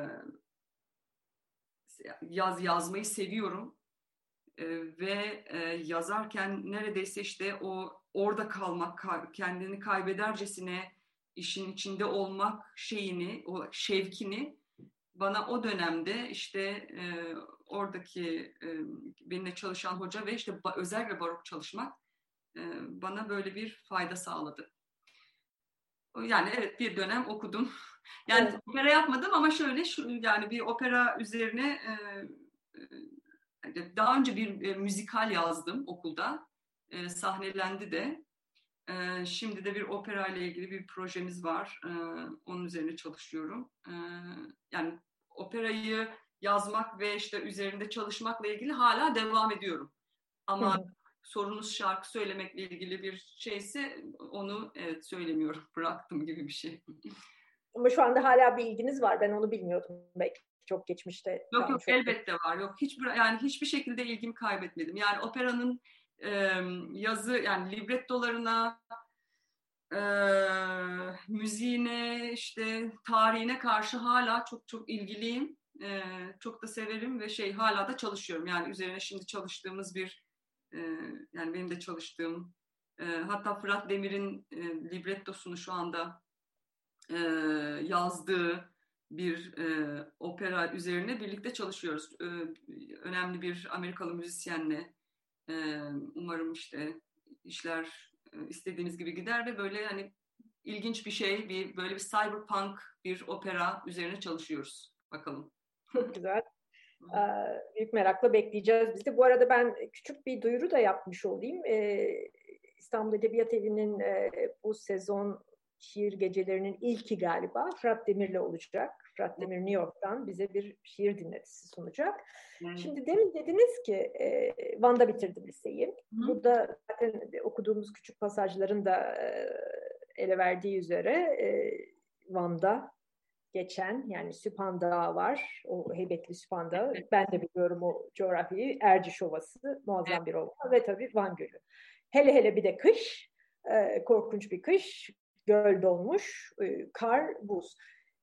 yaz yazmayı seviyorum. Ee, ve e, yazarken neredeyse işte o orada kalmak, ka- kendini kaybedercesine işin içinde olmak şeyini, o şevkini bana o dönemde işte e, oradaki e, benimle çalışan hoca ve işte ba- özellikle barok çalışmak e, bana böyle bir fayda sağladı. Yani evet, bir dönem okudum. Yani Evet. opera yapmadım ama şöyle şu, yani bir opera üzerine e, e, daha önce bir e, müzikal yazdım okulda. E, sahnelendi de. E, şimdi de bir opera ile ilgili bir projemiz var. E, onun üzerine çalışıyorum. E, yani operayı yazmak ve işte üzerinde çalışmakla ilgili hala devam ediyorum. Hı Ama hı. sorunuz şarkı söylemekle ilgili bir şeyse onu evet söylemiyorum. Bıraktım gibi bir şey. Ama şu anda hala bir ilginiz var. Ben onu bilmiyordum. Belki çok geçmişte Yok yok, kalmış olabilir. elbette var. Yok hiç yani hiçbir şekilde ilgimi kaybetmedim. Yani operanın e, yazı yani librettolarına, e, müziğine, işte tarihine karşı hala çok çok ilgiliyim. E, çok da severim ve şey hala da çalışıyorum. Yani üzerine şimdi çalıştığımız bir e, yani benim de çalıştığım e, hatta Fırat Demir'in e, librettosunu şu anda e, yazdığı bir e, opera üzerine birlikte çalışıyoruz. E, önemli bir Amerikalı müzisyenle e, umarım işte işler e, istediğimiz gibi gider ve böyle hani ilginç bir şey, bir böyle bir cyberpunk bir opera üzerine çalışıyoruz. Bakalım. Çok güzel. Ee, Büyük merakla bekleyeceğiz biz de. Bu arada ben küçük bir duyuru da yapmış olayım. Ee, İstanbul Edebiyat Evi'nin e, bu sezon şiir gecelerinin ilki galiba Fırat Demir'le olacak. Fırat Demir New York'tan bize bir şiir dinletisi sunacak. Evet. Şimdi demin dediniz ki e, Van'da bitirdim liseyi. Hı. Burada zaten okuduğumuz küçük pasajların da e, ele verdiği üzere e, Van'da geçen yani Süphan Dağı var. O heybetli Süphan Dağı. Evet. Ben de biliyorum o coğrafyayı. Erciş Ovası Evet. muazzam bir ova ve tabii Van Gölü. Hele hele bir de kış. E, korkunç bir kış. Göl donmuş. E, kar, buz.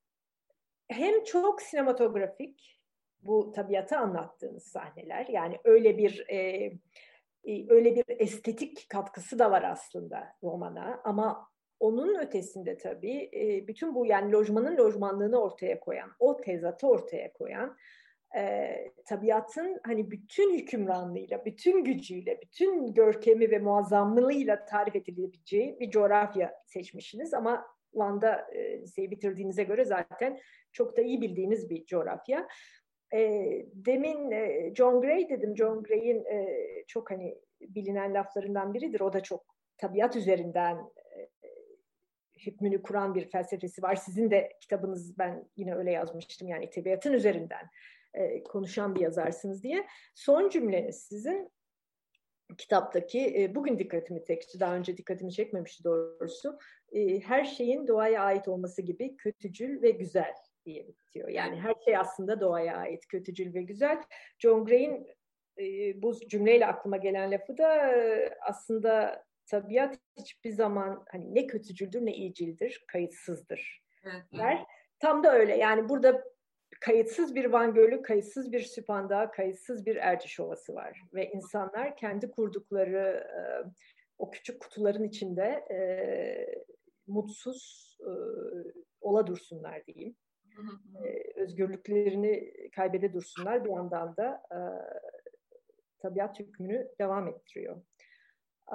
Hem çok sinematografik bu tabiatı anlattığınız sahneler. Yani öyle bir e, e, öyle bir estetik katkısı da var aslında romana ama onun ötesinde tabii e, bütün bu yani lojmanın lojmanlığını ortaya koyan, o tezatı ortaya koyan e, tabiatın hani bütün hükümranlığıyla, bütün gücüyle, bütün görkemi ve muazzamlığıyla tarif edilebileceği bir coğrafya seçmişsiniz ama Van'da e, liseyi bitirdiğinize göre zaten çok da iyi bildiğiniz bir coğrafya. E, demin e, John Gray dedim. John Gray'in e, çok hani bilinen laflarından biridir. O da çok tabiat üzerinden e, hükmünü kuran bir felsefesi var. Sizin de kitabınız ben yine öyle yazmıştım. Yani tabiatın üzerinden e, konuşan bir yazarsınız diye. Son cümleniz sizin kitaptaki e, bugün dikkatimi çekti. Daha önce dikkatimi çekmemişti doğrusu. E, her şeyin doğaya ait olması gibi kötücül ve güzel diye bitiyor. Yani her şey aslında doğaya ait, kötücül ve güzel. John Gray'in e, bu cümleyle aklıma gelen lafı da e, aslında tabiat hiçbir zaman hani ne kötücüldür ne iyicildir, kayıtsızdır Evet. der. Tam da öyle. Yani burada kayıtsız bir Van Gölü, kayıtsız bir Süphandağı, kayıtsız bir Erciş Ovası var. Ve insanlar kendi kurdukları e, o küçük kutuların içinde e, mutsuz e, ola dursunlar diyeyim. E, özgürlüklerini kaybede dursunlar. Bir yandan da e, tabiat hükmünü devam ettiriyor. E,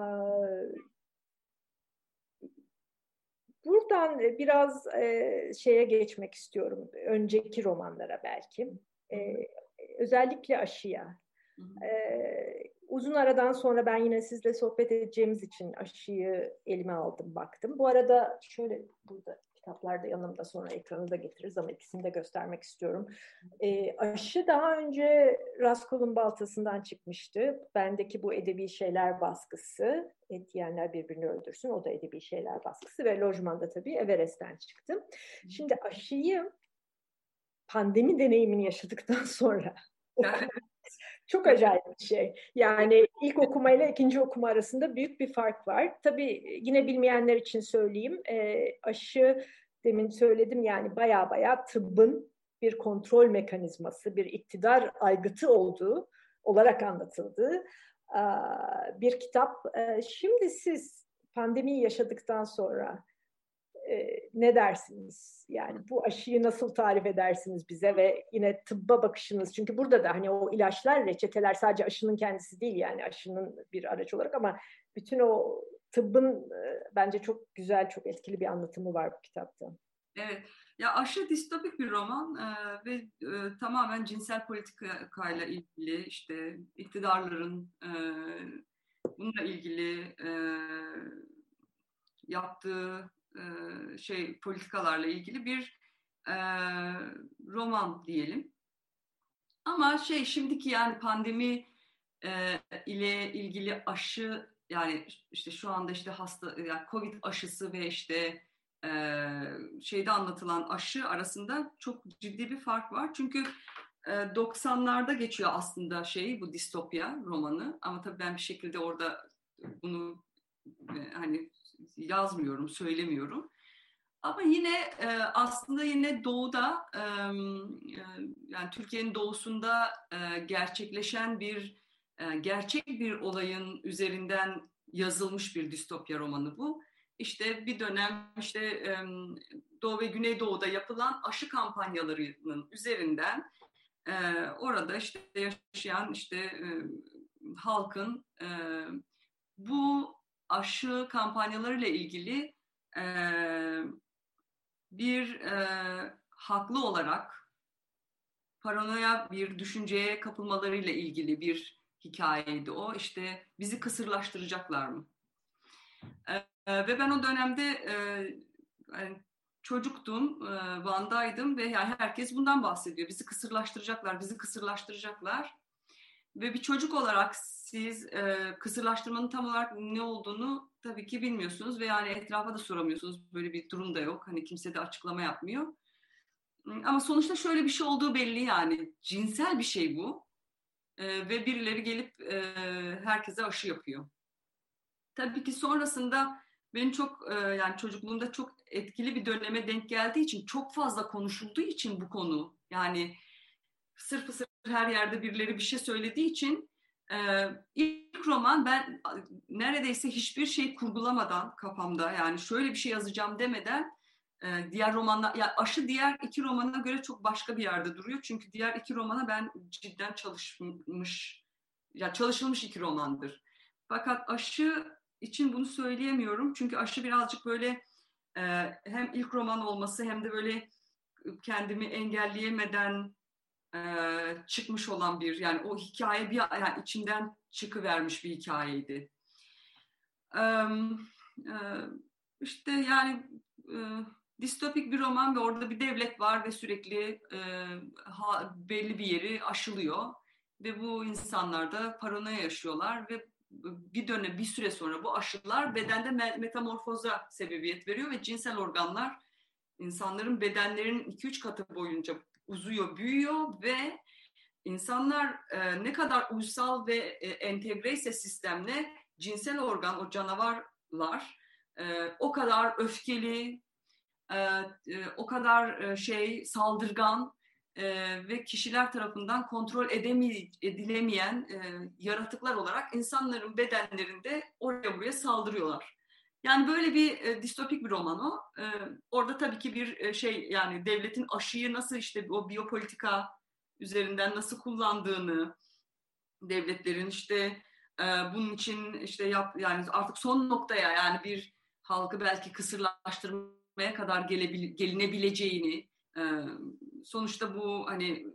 buradan biraz e, şeye geçmek istiyorum. Önceki romanlara belki. E, özellikle Aşı'ya. Ee, uzun aradan sonra ben yine sizle sohbet edeceğimiz için Aşı'yı elime aldım, baktım. Bu arada şöyle, burada kitaplar da yanımda, sonra ekranı da getiririz ama ikisini de göstermek istiyorum. Ee, Aşı daha önce Raskol'un Baltası'ndan çıkmıştı. Bendeki bu Edebi Şeyler baskısı, Et Yiyenler Birbirini Öldürsün, o da Edebi Şeyler baskısı ve Lojman'da tabii Everest'ten çıktım. Şimdi Aşı'yı pandemi deneyimini yaşadıktan sonra çok acayip bir şey. Yani ilk okumayla ikinci okuma arasında büyük bir fark var. Tabii yine bilmeyenler için söyleyeyim. E, Aşı, demin söyledim, yani baya baya tıbbın bir kontrol mekanizması, bir iktidar aygıtı olduğu olarak anlatıldığı e, bir kitap. E, şimdi siz pandemiyi yaşadıktan sonra e, ne dersiniz? Yani bu aşıyı nasıl tarif edersiniz bize ve yine tıbba bakışınız? Çünkü burada da hani o ilaçlar, reçeteler sadece aşının kendisi değil, yani aşının bir araç olarak, ama bütün o tıbbın e, bence çok güzel, çok etkili bir anlatımı var bu kitapta. Evet. Ya Aşı distopik bir roman e, ve e, tamamen cinsel politikayla ilgili, işte iktidarların e, bununla ilgili e, yaptığı e, şey politikalarla ilgili bir e, roman diyelim. Ama şey, şimdiki yani pandemi e, ile ilgili aşı, yani işte şu anda işte hasta, yani Covid aşısı ve işte e, şeyde anlatılan aşı arasında çok ciddi bir fark var. Çünkü e, doksanlarda geçiyor aslında şey, bu distopya romanı, ama tabii ben bir şekilde orada bunu e, hani yazmıyorum, söylemiyorum. Ama yine e, aslında yine doğuda, e, yani Türkiye'nin doğusunda e, gerçekleşen bir e, gerçek bir olayın üzerinden yazılmış bir distopya romanı bu. İşte bir dönem işte e, Doğu ve Güneydoğu'da yapılan aşı kampanyalarının üzerinden e, orada işte yaşayan işte e, halkın e, bu aşı kampanyalarıyla ilgili e, bir e, haklı olarak paranoya bir düşünceye kapılmalarıyla ilgili bir hikayeydi o. İşte bizi kısırlaştıracaklar mı? E, e, ve ben o dönemde e, yani çocuktum, e, Van'daydım ve yani herkes bundan bahsediyor. Bizi kısırlaştıracaklar, bizi kısırlaştıracaklar. Ve bir çocuk olarak siz e, kısırlaştırmanın tam olarak ne olduğunu tabii ki bilmiyorsunuz ve yani etrafa da soramıyorsunuz. Böyle bir durum da yok. Hani kimse de açıklama yapmıyor. Ama sonuçta şöyle bir şey olduğu belli yani. Cinsel bir şey bu. E, ve birileri gelip e, herkese aşı yapıyor. Tabii ki sonrasında benim çok e, yani çocukluğumda çok etkili bir döneme denk geldiği için, çok fazla konuşulduğu için bu konu. Yani sırf sırf her yerde birileri bir şey söylediği için e, ilk roman ben neredeyse hiçbir şey kurgulamadan kafamda, yani şöyle bir şey yazacağım demeden e, diğer romanlar, ya Aşı diğer iki romana göre çok başka bir yerde duruyor. Çünkü diğer iki romana ben cidden çalışmış, ya çalışılmış iki romandır. Fakat Aşı için bunu söyleyemiyorum. Çünkü Aşı birazcık böyle e, hem ilk roman olması hem de böyle kendimi engelleyemeden e, çıkmış olan bir, yani o hikaye bir, yani içinden çıkıvermiş bir hikayeydi. E, e, işte yani e, distopik bir roman ve orada bir devlet var ve sürekli e, ha, belli bir yeri aşılıyor ve bu insanlar da paranoya yaşıyorlar ve bir dönem, bir süre sonra bu aşılar bedende metamorfoza sebebiyet veriyor ve cinsel organlar insanların bedenlerinin iki üç katı boyunca uzuyor, büyüyor ve insanlar e, ne kadar uysal ve e, entegreyse sistemle, cinsel organ, o canavarlar e, o kadar öfkeli, e, e, o kadar e, şey saldırgan e, ve kişiler tarafından kontrol edemi, edilemeyen e, yaratıklar olarak insanların bedenlerinde oraya buraya saldırıyorlar. Yani böyle bir e, distopik bir roman o. E, orada tabii ki bir e, şey, yani devletin aşıyı nasıl işte o biyopolitika üzerinden nasıl kullandığını, devletlerin işte e, bunun için işte yap, yani artık son noktaya, yani bir halkı belki kısırlaştırmaya kadar gelebil, gelinebileceğini, e, sonuçta bu hani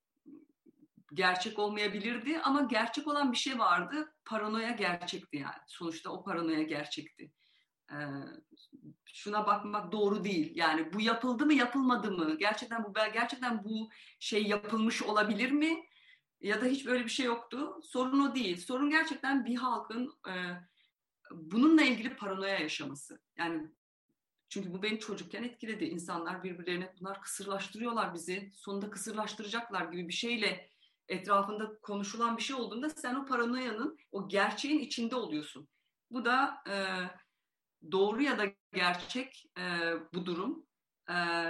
gerçek olmayabilirdi ama gerçek olan bir şey vardı. Paranoya gerçekti yani. Sonuçta o paranoya gerçekti. Ee, şuna bakmak doğru değil. Yani bu yapıldı mı, yapılmadı mı? Gerçekten bu gerçekten bu şey yapılmış olabilir mi? Ya da hiç böyle bir şey yoktu. Sorun o değil. Sorun gerçekten bir halkın e, bununla ilgili paranoya yaşaması. Yani çünkü bu beni çocukken etkiledi. İnsanlar birbirlerine bunlar kısırlaştırıyorlar bizi, sonunda kısırlaştıracaklar gibi bir şeyle etrafında konuşulan bir şey olduğunda sen o paranoyanın, o gerçeğin içinde oluyorsun. Bu da e, doğru ya da gerçek e, bu durum e,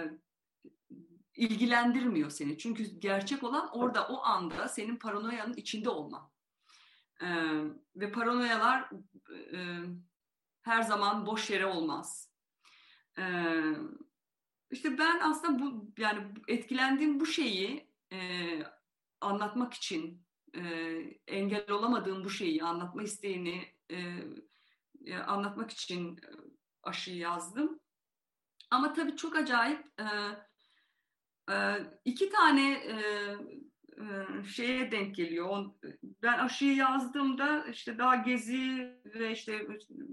ilgilendirmiyor seni. Çünkü gerçek olan orada, o anda senin paranoyanın içinde olman. E, ve paranoyalar e, her zaman boş yere olmaz. Ee, işte ben aslında bu, yani etkilendiğim bu şeyi e, anlatmak için, e, engel olamadığım bu şeyi anlatma isteğini e, e, anlatmak için aşıyı yazdım. Ama tabii çok acayip e, e, iki tane e, e, şeye denk geliyor. Ben aşıyı yazdığımda işte daha Gezi ve işte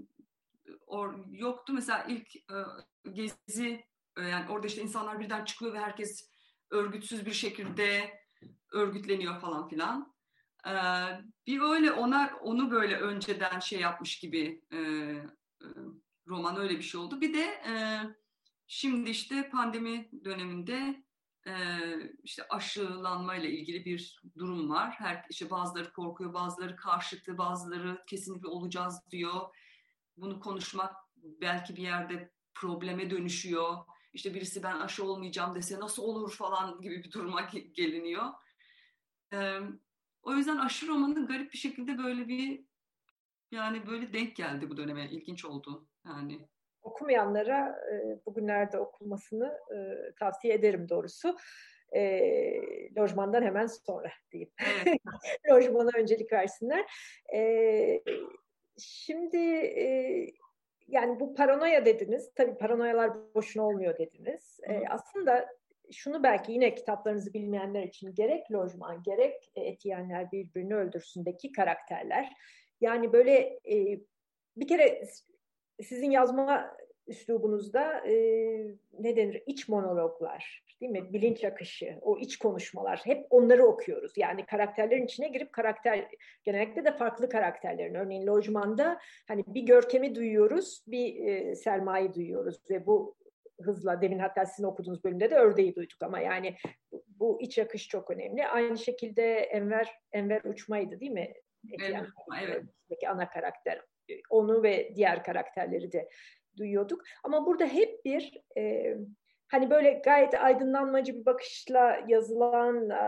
or, yoktu. Mesela ilk e, Gezi, e, yani orada işte insanlar birden çıkıyor ve herkes örgütsüz bir şekilde örgütleniyor falan filan. E, bir öyle ona onu böyle önceden şey yapmış gibi e, e, roman öyle bir şey oldu. Bir de e, şimdi işte pandemi döneminde e, işte aşılanmayla ilgili bir durum var. Her, işte bazıları korkuyor, bazıları karşıtı, bazıları kesinlikle olacağız diyor. Bunu konuşmak belki bir yerde probleme dönüşüyor. İşte birisi ben aşı olmayacağım dese nasıl olur falan gibi bir duruma geliniyor. Ee, o yüzden aşı romanı garip bir şekilde böyle bir, yani böyle denk geldi bu döneme. İlginç oldu yani. Okumayanlara e, bugünlerde okunmasını e, tavsiye ederim doğrusu. E, lojmandan hemen sonra diyeyim. Evet. Lojmana öncelik versinler. E, şimdi e, yani bu paranoya dediniz. Tabii paranoyalar boşuna olmuyor dediniz. E, aslında şunu belki yine kitaplarınızı bilmeyenler için gerek lojman gerek Etiyenler birbirini öldürsündeki karakterler. Yani böyle e, bir kere sizin yazma üslubunuzda e, ne denir? İç monologlar, değil mi? Bilinç akışı, o iç konuşmalar. Hep onları okuyoruz. Yani karakterlerin içine girip karakter, genellikle de farklı karakterlerin. Örneğin Lojman'da hani bir Görkem'i duyuyoruz, bir e, Selma'yı duyuyoruz ve bu hızla, demin hatta sizin okuduğunuz bölümde de Ördeği duyduk ama yani bu, bu iç akış çok önemli. Aynı şekilde Enver Enver Uçmay'dı değil mi? Evet. Evet. Ana karakter. Onu ve diğer karakterleri de duyuyorduk. Ama burada hep bir e, hani böyle gayet aydınlanmacı bir bakışla yazılan e,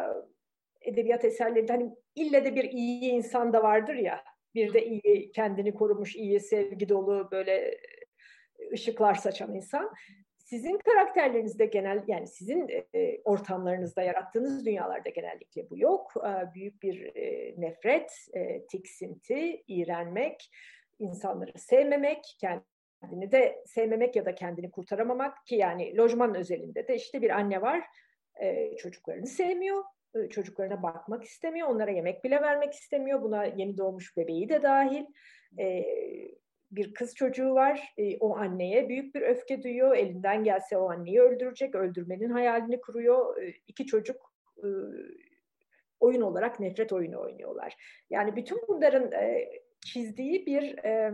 edebiyat eserlerinde hani ille de bir iyi insan da vardır ya. Bir de iyi, kendini korumuş, iyi, sevgi dolu böyle ışıklar saçan insan. Sizin karakterlerinizde genel, yani sizin e, ortamlarınızda yarattığınız dünyalarda genellikle bu yok. E, büyük bir e, nefret, e, tiksinti, iğrenmek, insanları sevmemek, kendini de sevmemek ya da kendini kurtaramamak ki yani lojman özelinde de işte bir anne var, e, çocuklarını sevmiyor, e, çocuklarına bakmak istemiyor, onlara yemek bile vermek istemiyor. Buna yeni doğmuş bebeği de dahil. E, bir kız çocuğu var. E, o anneye büyük bir öfke duyuyor. Elinden gelse o anneyi öldürecek. Öldürmenin hayalini kuruyor. E, iki çocuk e, oyun olarak nefret oyunu oynuyorlar. Yani bütün bunların e, çizdiği bir e,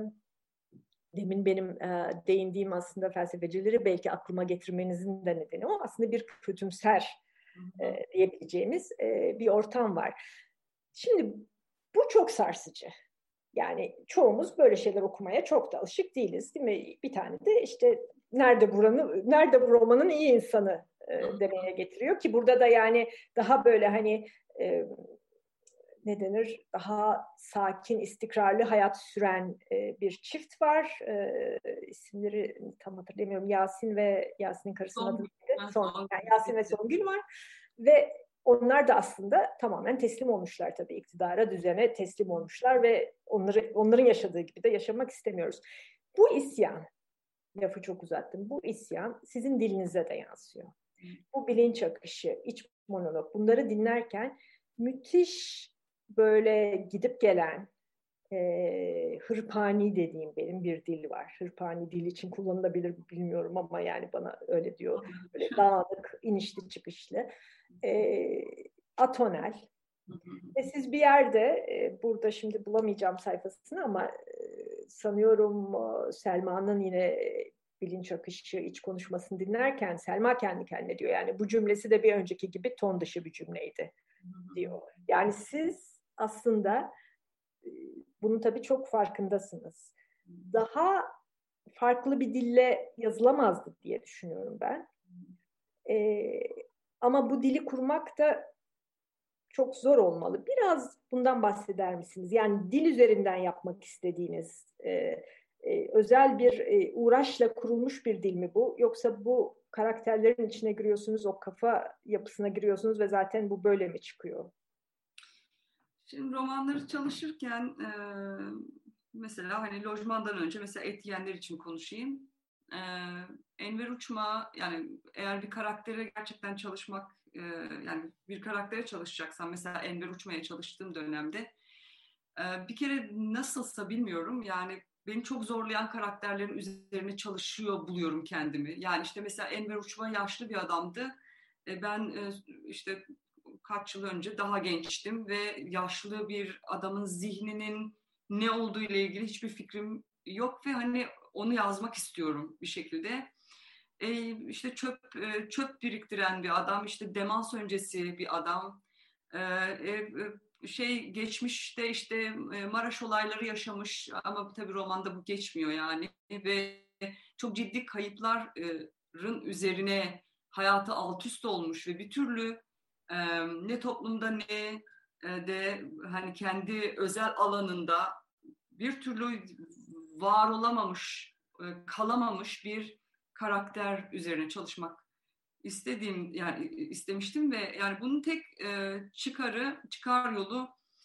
demin benim e, değindiğim aslında felsefecileri belki aklıma getirmenizin de nedeni o. Aslında bir kötümser e, diyebileceğimiz e, bir ortam var. Şimdi bu çok sarsıcı. Yani çoğumuz böyle şeyler okumaya çok da alışık değiliz, değil mi? Bir tane de işte nerede buranın, nerede bu romanın iyi insanı e, demeye getiriyor ki burada da yani daha böyle hani e, ne denir, daha sakin, istikrarlı hayat süren e, bir çift var. E, isimleri tam hatırlamıyorum. Yasin ve Yasin'in karısının adı neydi? Son, yani Yasin ve Songül var. Ve onlar da aslında tamamen teslim olmuşlar tabii iktidara, düzene teslim olmuşlar ve onları onların yaşadığı gibi de yaşamak istemiyoruz. Bu isyan, lafı çok uzattım. Bu isyan sizin dilinize de yansıyor. Bu bilinç akışı, iç monolog, bunları dinlerken müthiş böyle gidip gelen e, hırpani dediğim benim bir dil var. Hırpani dil için kullanılabilir bilmiyorum ama yani bana öyle diyor. Böyle dağınık, inişli çıkışlı. E, atonel. Ve siz bir yerde, e, burada şimdi bulamayacağım sayfasını ama e, sanıyorum e, Selma'nın yine bilinç akışı, iç konuşmasını dinlerken Selma kendi kendine diyor. Yani bu cümlesi de bir önceki gibi ton dışı bir cümleydi diyor. Yani siz aslında e, bunun tabii çok farkındasınız. Daha farklı bir dille yazılamazdı diye düşünüyorum ben. E, ama bu dili kurmak da çok zor olmalı. Biraz bundan bahseder misiniz? Yani dil üzerinden yapmak istediğiniz e, e, özel bir e, uğraşla kurulmuş bir dil mi bu? Yoksa bu karakterlerin içine giriyorsunuz, o kafa yapısına giriyorsunuz ve zaten bu böyle mi çıkıyor? Şimdi romanları çalışırken e, mesela hani lojmandan önce mesela et yiyenler için konuşayım. E, Enver Uçma, yani eğer bir karaktere gerçekten çalışmak, e, yani bir karaktere çalışacaksam mesela Enver Uçma'ya çalıştığım dönemde e, bir kere nasılsa bilmiyorum yani beni çok zorlayan karakterlerin üzerine çalışıyor buluyorum kendimi. Yani işte mesela Enver Uçma yaşlı bir adamdı. E, ben e, işte kaç yıl önce daha gençtim ve yaşlı bir adamın zihninin ne olduğu ile ilgili hiçbir fikrim yok ve hani onu yazmak istiyorum bir şekilde. E, işte çöp e, çöp biriktiren bir adam, işte demans öncesi bir adam, e, e, şey geçmişte işte e, Maraş olayları yaşamış ama tabii romanda bu geçmiyor yani ve çok ciddi kayıpların üzerine hayatı alt üst olmuş ve bir türlü e, ne toplumda ne de hani kendi özel alanında bir türlü var olamamış, kalamamış bir karakter üzerine çalışmak istediğim yani istemiştim ve yani bunun tek çıkarı çıkar yolu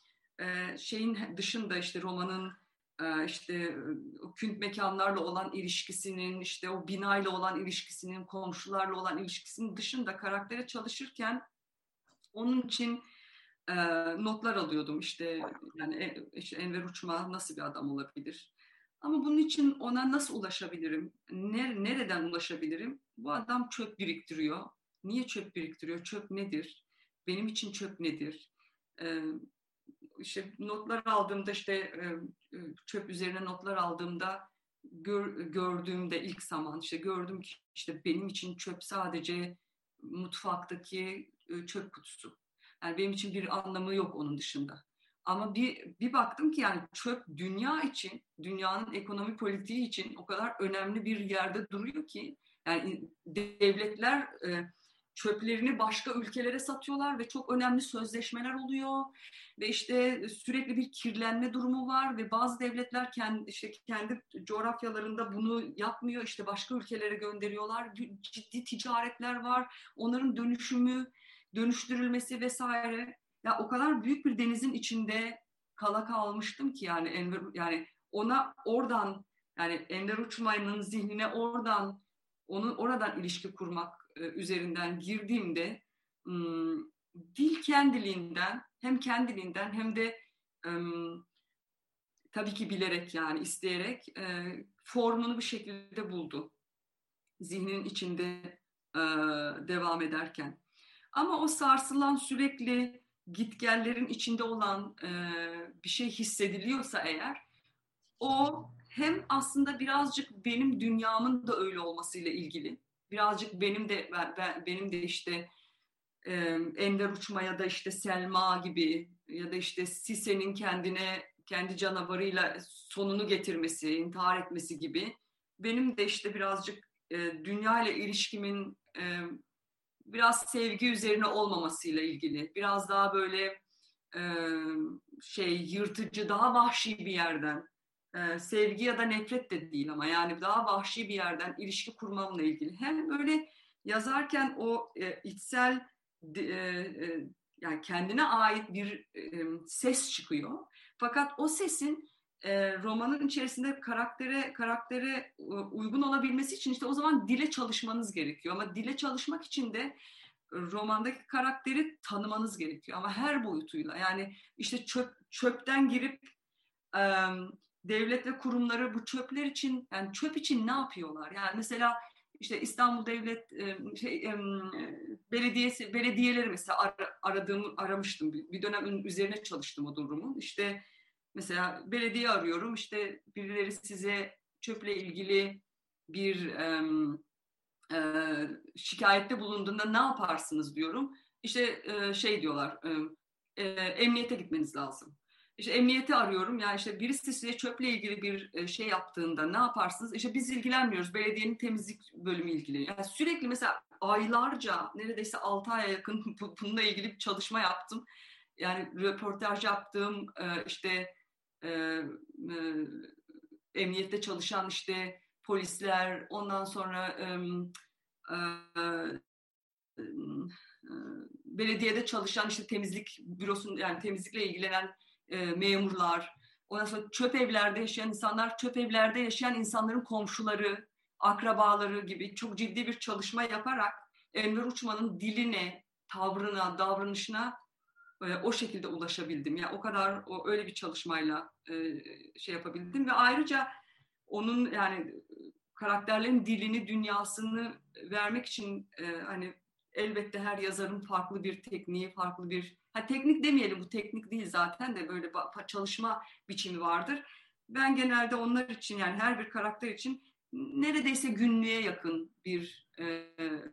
şeyin dışında işte romanın işte o kült mekanlarla olan ilişkisinin, işte o binayla olan ilişkisinin, komşularla olan ilişkisinin dışında karaktere çalışırken onun için e, notlar alıyordum. İşte yani işte Enver Uçma nasıl bir adam olabilir? Ama bunun için ona nasıl ulaşabilirim? Nereden ulaşabilirim? Bu adam çöp biriktiriyor. Niye çöp biriktiriyor? Çöp nedir? Benim için çöp nedir? Ee, işte notlar aldığımda işte çöp üzerine notlar aldığımda gör, gördüğümde ilk zaman işte gördüm ki işte benim için çöp sadece mutfaktaki çöp kutusu. Yani benim için bir anlamı yok onun dışında. Ama bir, bir baktım ki yani çöp dünya için, dünyanın ekonomi politiği için o kadar önemli bir yerde duruyor ki yani devletler e, çöplerini başka ülkelere satıyorlar ve çok önemli sözleşmeler oluyor ve işte sürekli bir kirlenme durumu var ve bazı devletler kendi işte kendi coğrafyalarında bunu yapmıyor, işte başka ülkelere gönderiyorlar, ciddi ticaretler var, onların dönüşümü, dönüştürülmesi vesaire. Ya o kadar büyük bir denizin içinde kala kalmıştım ki yani Enver, yani ona oradan, yani Enver Uçmay'ın zihnine oradan, onu oradan ilişki kurmak e, üzerinden girdiğimde ım, dil kendiliğinden, hem kendiliğinden hem de ım, tabii ki bilerek, yani isteyerek e, formunu bir şekilde buldu zihnin içinde e, devam ederken. Ama o sarsılan, sürekli gitgellerin içinde olan e, bir şey hissediliyorsa eğer, o hem aslında birazcık benim dünyamın da öyle olmasıyla ilgili. Birazcık benim de ben, ben, benim de işte e, Ender Uçma ya da işte Selma gibi ya da işte Sise'nin kendine, kendi canavarıyla sonunu getirmesi, intihar etmesi gibi. Benim de işte birazcık e, dünya ile ilişkimin e, biraz sevgi üzerine olmamasıyla ilgili. Biraz daha böyle e, şey yırtıcı, daha vahşi bir yerden, e, sevgi ya da nefret de değil ama yani daha vahşi bir yerden ilişki kurmamla ilgili. Hem böyle yazarken o e, içsel e, e, yani kendine ait bir e, ses çıkıyor. Fakat o sesin e, romanın içerisinde karaktere karaktere e, uygun olabilmesi için işte o zaman dile çalışmanız gerekiyor. Ama dile çalışmak için de romandaki karakteri tanımanız gerekiyor ama her boyutuyla. Yani işte çöp, çöpten girip e, devlet ve kurumları bu çöpler için, yani çöp için ne yapıyorlar? Yani mesela işte İstanbul Devlet e, şey, e, belediyesi belediyeleri mesela ar, aradığımı aramıştım. Bir, bir dönem üzerine çalıştım o durumun. İşte mesela belediye arıyorum. İşte birileri size çöple ilgili bir e, e, şikayette bulunduğunda ne yaparsınız diyorum. İşte e, şey diyorlar, e, e, emniyete gitmeniz lazım. İşte emniyeti arıyorum. Yani işte birisi size çöple ilgili bir e, şey yaptığında ne yaparsınız? İşte biz ilgilenmiyoruz. Belediyenin temizlik bölümü ilgileniyor. Yani sürekli mesela aylarca, neredeyse altı aya yakın bununla ilgili bir çalışma yaptım. Yani röportaj yaptım. E, işte e, e, emniyette çalışan işte polisler, ondan sonra e, e, e, belediyede çalışan işte temizlik bürosun yani temizlikle ilgilenen e, memurlar, ondan sonra çöp evlerde yaşayan insanlar, çöp evlerde yaşayan insanların komşuları, akrabaları gibi çok ciddi bir çalışma yaparak Enver Uçman'ın diline, tavrına, davranışına e, o şekilde ulaşabildim. Yani o kadar o öyle bir çalışmayla e, şey yapabildim ve ayrıca onun yani karakterlerin dilini, dünyasını vermek için e, hani elbette her yazarın farklı bir tekniği, farklı bir ha teknik demeyelim, bu teknik değil zaten de böyle çalışma biçimi vardır. Ben genelde onlar için yani her bir karakter için neredeyse günlüğe yakın bir e,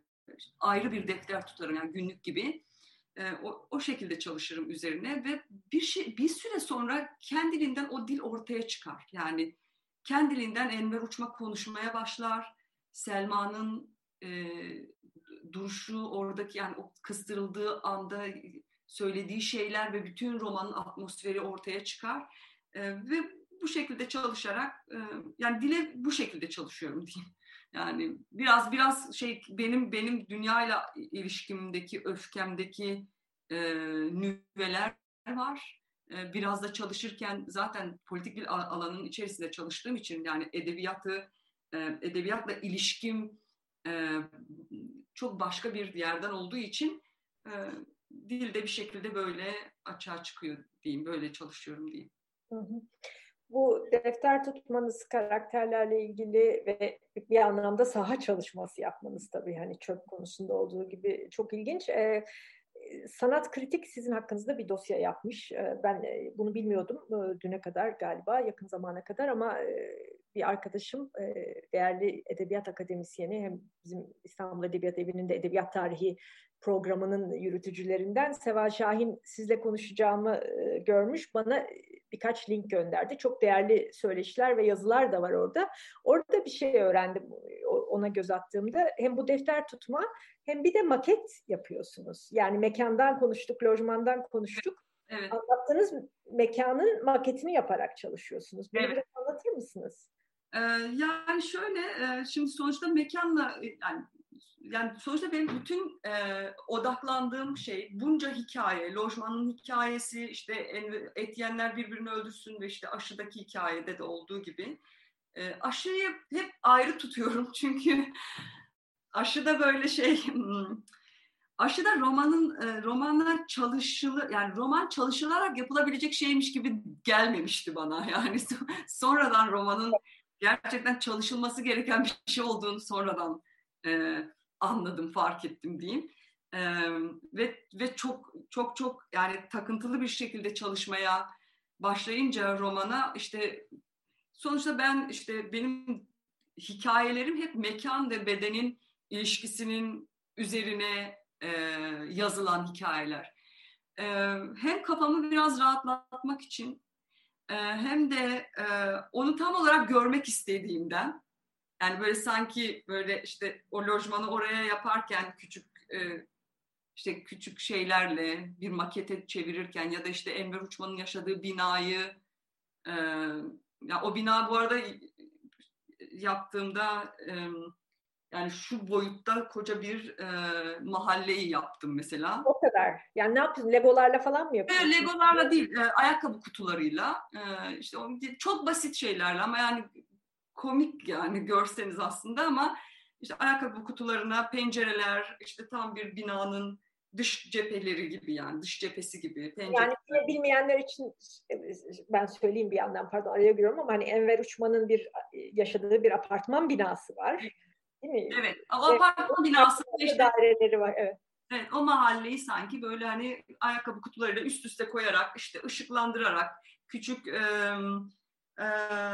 ayrı bir defter tutarım yani günlük gibi. E, o, o şekilde çalışırım üzerine ve bir şey bir süre sonra kendiliğinden o dil ortaya çıkar. Yani kendiliğinden Enver Uçmak konuşmaya başlar. Selma'nın e, duruşu oradaki yani o kıstırıldığı anda söylediği şeyler ve bütün romanın atmosferi ortaya çıkar. E, ve bu şekilde çalışarak e, yani dile bu şekilde çalışıyorum diyeyim. Yani biraz biraz şey benim benim dünyayla ilişkimdeki öfkemdeki e, nüveler var. E, biraz da çalışırken zaten politik bir alanın içerisinde çalıştığım için yani edebiyatı e, edebiyatla ilişkim e, çok başka bir yerden olduğu için e, dilde bir şekilde böyle açığa çıkıyor diyeyim. Böyle çalışıyorum diyeyim. Hı hı. Bu defter tutmanız, karakterlerle ilgili ve bir anlamda saha çalışması yapmanız tabii hani çöp konusunda olduğu gibi çok ilginç. Ee, Sanat Kritik sizin hakkınızda bir dosya yapmış. Ee, ben bunu bilmiyordum e, düne kadar galiba, yakın zamana kadar ama e, bir arkadaşım, e, değerli edebiyat akademisyeni, hem bizim İstanbul Edebiyat Evi'nin de edebiyat tarihi programının yürütücülerinden Seval Şahin, sizle konuşacağımı e, görmüş. Bana birkaç link gönderdi. Çok değerli söyleşiler ve yazılar da var orada. Orada bir şey öğrendim ona göz attığımda. Hem bu defter tutma hem bir de maket yapıyorsunuz. Yani mekandan konuştuk, lojmandan konuştuk. Evet. Anlattığınız mekanın maketini yaparak çalışıyorsunuz. Bunu Evet. biraz anlatır mısınız? Ee, yani şöyle, e, şimdi sonuçta mekanla yani yani sonuçta benim bütün e, odaklandığım şey bunca hikaye, lojmanın hikayesi, işte et yiyenler birbirini öldürsün ve işte aşıdaki hikayede de olduğu gibi. E, aşıyı hep ayrı tutuyorum çünkü aşıda böyle şey, aşıda romanın e, romanlar çalışılı yani roman çalışılarak yapılabilecek şeymiş gibi gelmemişti bana. Yani sonradan romanın gerçekten çalışılması gereken bir şey olduğunu sonradan e, anladım, fark ettim diyeyim. E, ve ve çok çok çok yani takıntılı bir şekilde çalışmaya başlayınca romana işte sonuçta ben işte benim hikayelerim hep mekan ve bedenin ilişkisinin üzerine e, yazılan hikayeler. E, hem kafamı biraz rahatlatmak için e, hem de e, onu tam olarak görmek istediğimden yani böyle sanki böyle işte o lojmanı oraya yaparken küçük e, işte küçük şeylerle bir makete çevirirken ya da işte Enver Uçman'ın yaşadığı binayı e, ya o bina bu arada yaptığımda e, yani şu boyutta koca bir e, mahalleyi yaptım mesela. O kadar. Yani ne yapıyorsun? Legolarla falan mı E, yapıyorsun? Legolarla değil, e, ayakkabı kutularıyla, e, işte o, çok basit şeylerle ama yani komik yani görseniz aslında ama işte ayakkabı kutularına pencereler, işte tam bir binanın dış cepheleri gibi yani dış cephesi gibi Yani pencereler. bilmeyenler için ben söyleyeyim bir yandan, pardon araya giriyorum ama hani Enver Uçman'ın bir yaşadığı bir apartman binası var. Değil mi? Evet, o Ve apartman binası farklı işte daireleri var. Evet. evet, o mahalleyi sanki böyle hani ayakkabı kutularıyla üst üste koyarak işte ışıklandırarak küçük e, e,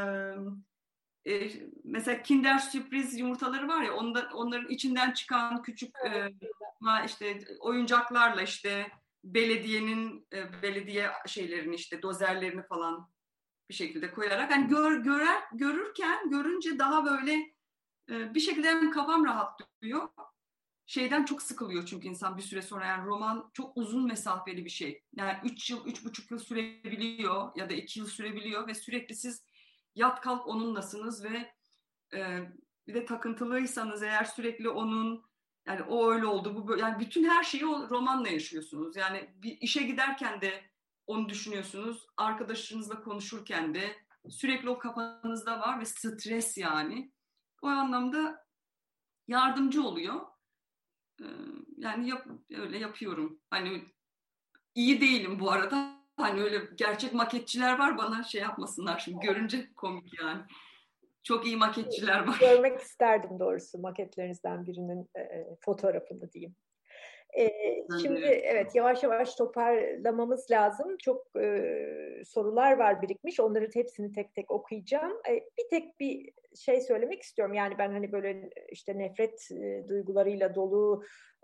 e, mesela Kinder sürpriz yumurtaları var ya onda, onların içinden çıkan küçük e, işte oyuncaklarla işte belediyenin e, belediye şeylerini işte dozerlerini falan bir şekilde koyarak hani gör, görer, görürken görünce daha böyle e, bir şekilde hem kafam rahatlıyor. Şeyden çok sıkılıyor çünkü insan bir süre sonra yani roman çok uzun mesafeli bir şey. Yani üç yıl, üç buçuk yıl sürebiliyor ya da iki yıl sürebiliyor ve sürekli siz yat kalk onunlasınız ve e, bir de takıntılıysanız eğer sürekli onun yani o öyle oldu bu böyle yani bütün her şeyi o romanla yaşıyorsunuz. Yani bir işe giderken de onu düşünüyorsunuz. Arkadaşınızla konuşurken de sürekli o kafanızda var ve stres yani. O anlamda yardımcı oluyor. Ee, yani yap, öyle yapıyorum. Hani iyi değilim bu arada. Hani öyle gerçek maketçiler var bana şey yapmasınlar şimdi görünce komik yani. Çok iyi maketçiler var. Görmek isterdim doğrusu maketlerinizden birinin e, fotoğrafını diyeyim. E, Şimdi Gönderir. evet, yavaş yavaş toparlamamız lazım. Çok e, sorular var birikmiş. Onların hepsini tek tek okuyacağım. E, bir tek bir şey söylemek istiyorum. Yani ben hani böyle işte nefret e, duygularıyla dolu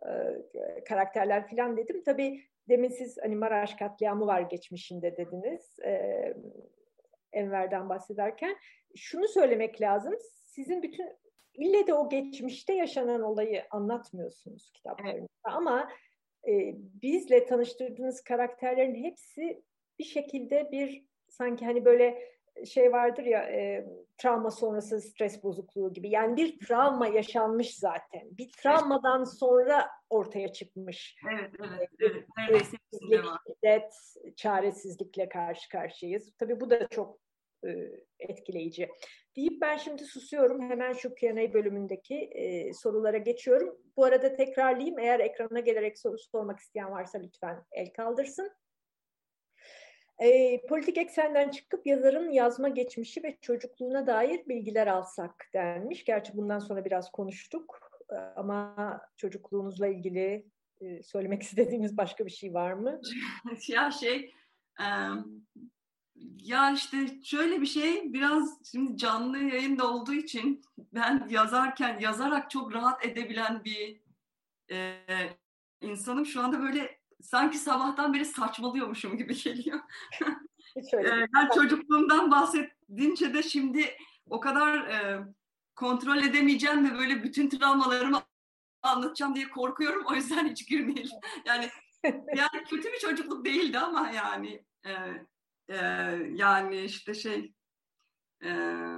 e, karakterler falan dedim. Tabii demin siz hani Maraş katliamı var geçmişinde dediniz. E, Enver'den bahsederken şunu söylemek lazım. Sizin bütün ille de o geçmişte yaşanan olayı anlatmıyorsunuz Evet, kitaplarınızda ama e, bizle tanıştırdığınız karakterlerin hepsi bir şekilde bir sanki hani böyle şey vardır ya, e, travma sonrası stres bozukluğu gibi. Yani bir travma yaşanmış zaten. Bir evet, travmadan sonra ortaya çıkmış evet, evet, bir evet. Neredeyse hepsinde güçsüzlük, var. şiddet, çaresizlikle karşı karşıyayız. Tabii bu da çok e, etkileyici. Deyip ben şimdi susuyorum. Hemen şu Q and A bölümündeki e, sorulara geçiyorum. Bu arada tekrarlayayım. Eğer ekrana gelerek soru sormak isteyen varsa lütfen el kaldırsın. E, politik eksenden çıkıp yazarın yazma geçmişi ve çocukluğuna dair bilgiler alsak denmiş. Gerçi bundan sonra biraz konuştuk. E, ama çocukluğunuzla ilgili e, söylemek istediğiniz başka bir şey var mı? Ya şey e, ya işte şöyle bir şey biraz şimdi canlı yayında olduğu için ben yazarken yazarak çok rahat edebilen bir e, insanım. Şu anda böyle sanki sabahtan beri saçmalıyormuşum gibi geliyor. Hiç öyle değil. Ben çocukluğumdan bahsedince de şimdi o kadar e, kontrol edemeyeceğim ve böyle bütün travmalarımı anlatacağım diye korkuyorum. O yüzden hiç girmeyelim. Yani yani kötü bir çocukluk değildi ama yani e, e, yani işte şey e,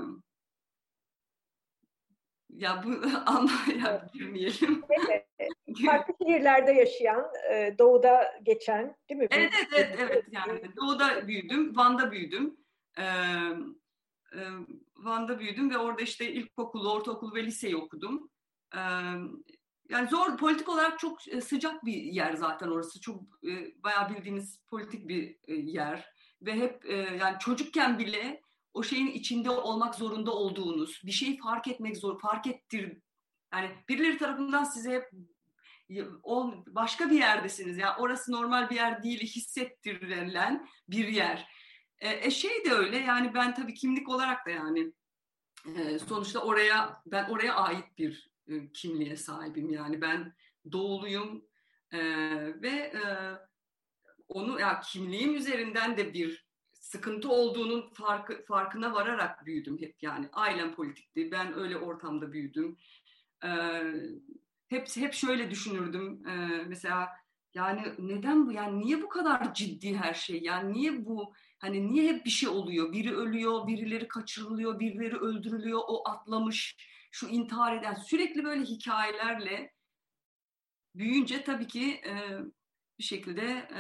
ya bu Evet. anlamaya girmeyelim. Farklı şehirlerde yaşayan, e, doğuda geçen, değil mi? Evet, Büyük evet, evet, evet. Yani Doğu'da büyüdüm, Van'da büyüdüm. Ee, e, Van'da büyüdüm ve orada işte ilkokulu, ortaokulu ve liseyi okudum. Ee, yani zor, politik olarak çok e, sıcak bir yer zaten orası. Çok e, bayağı bildiğiniz politik bir e, yer. Ve hep e, yani çocukken bile o şeyin içinde olmak zorunda olduğunuz, bir şeyi fark etmek zor, fark ettir. Yani birileri tarafından size hep başka bir yerdesiniz. Yani orası normal bir yer değil hissettirilen bir yer. E, e, şey de öyle yani ben tabii kimlik olarak da yani e, sonuçta oraya ben oraya ait bir e, kimliğe sahibim yani ben doğuluyum e, ve e, onu ya kimliğim üzerinden de bir sıkıntı olduğunun farkı, farkına vararak büyüdüm hep yani ailem politikti ben öyle ortamda büyüdüm. E, hep hep şöyle düşünürdüm. Ee, mesela Yani neden bu? Yani niye bu kadar ciddi her şey? Yani niye bu? Hani niye hep bir şey oluyor? Biri ölüyor, birileri kaçırılıyor, birileri öldürülüyor, o atlamış, şu intihar eden. Sürekli böyle hikayelerle büyüyünce tabii ki e, bir şekilde e,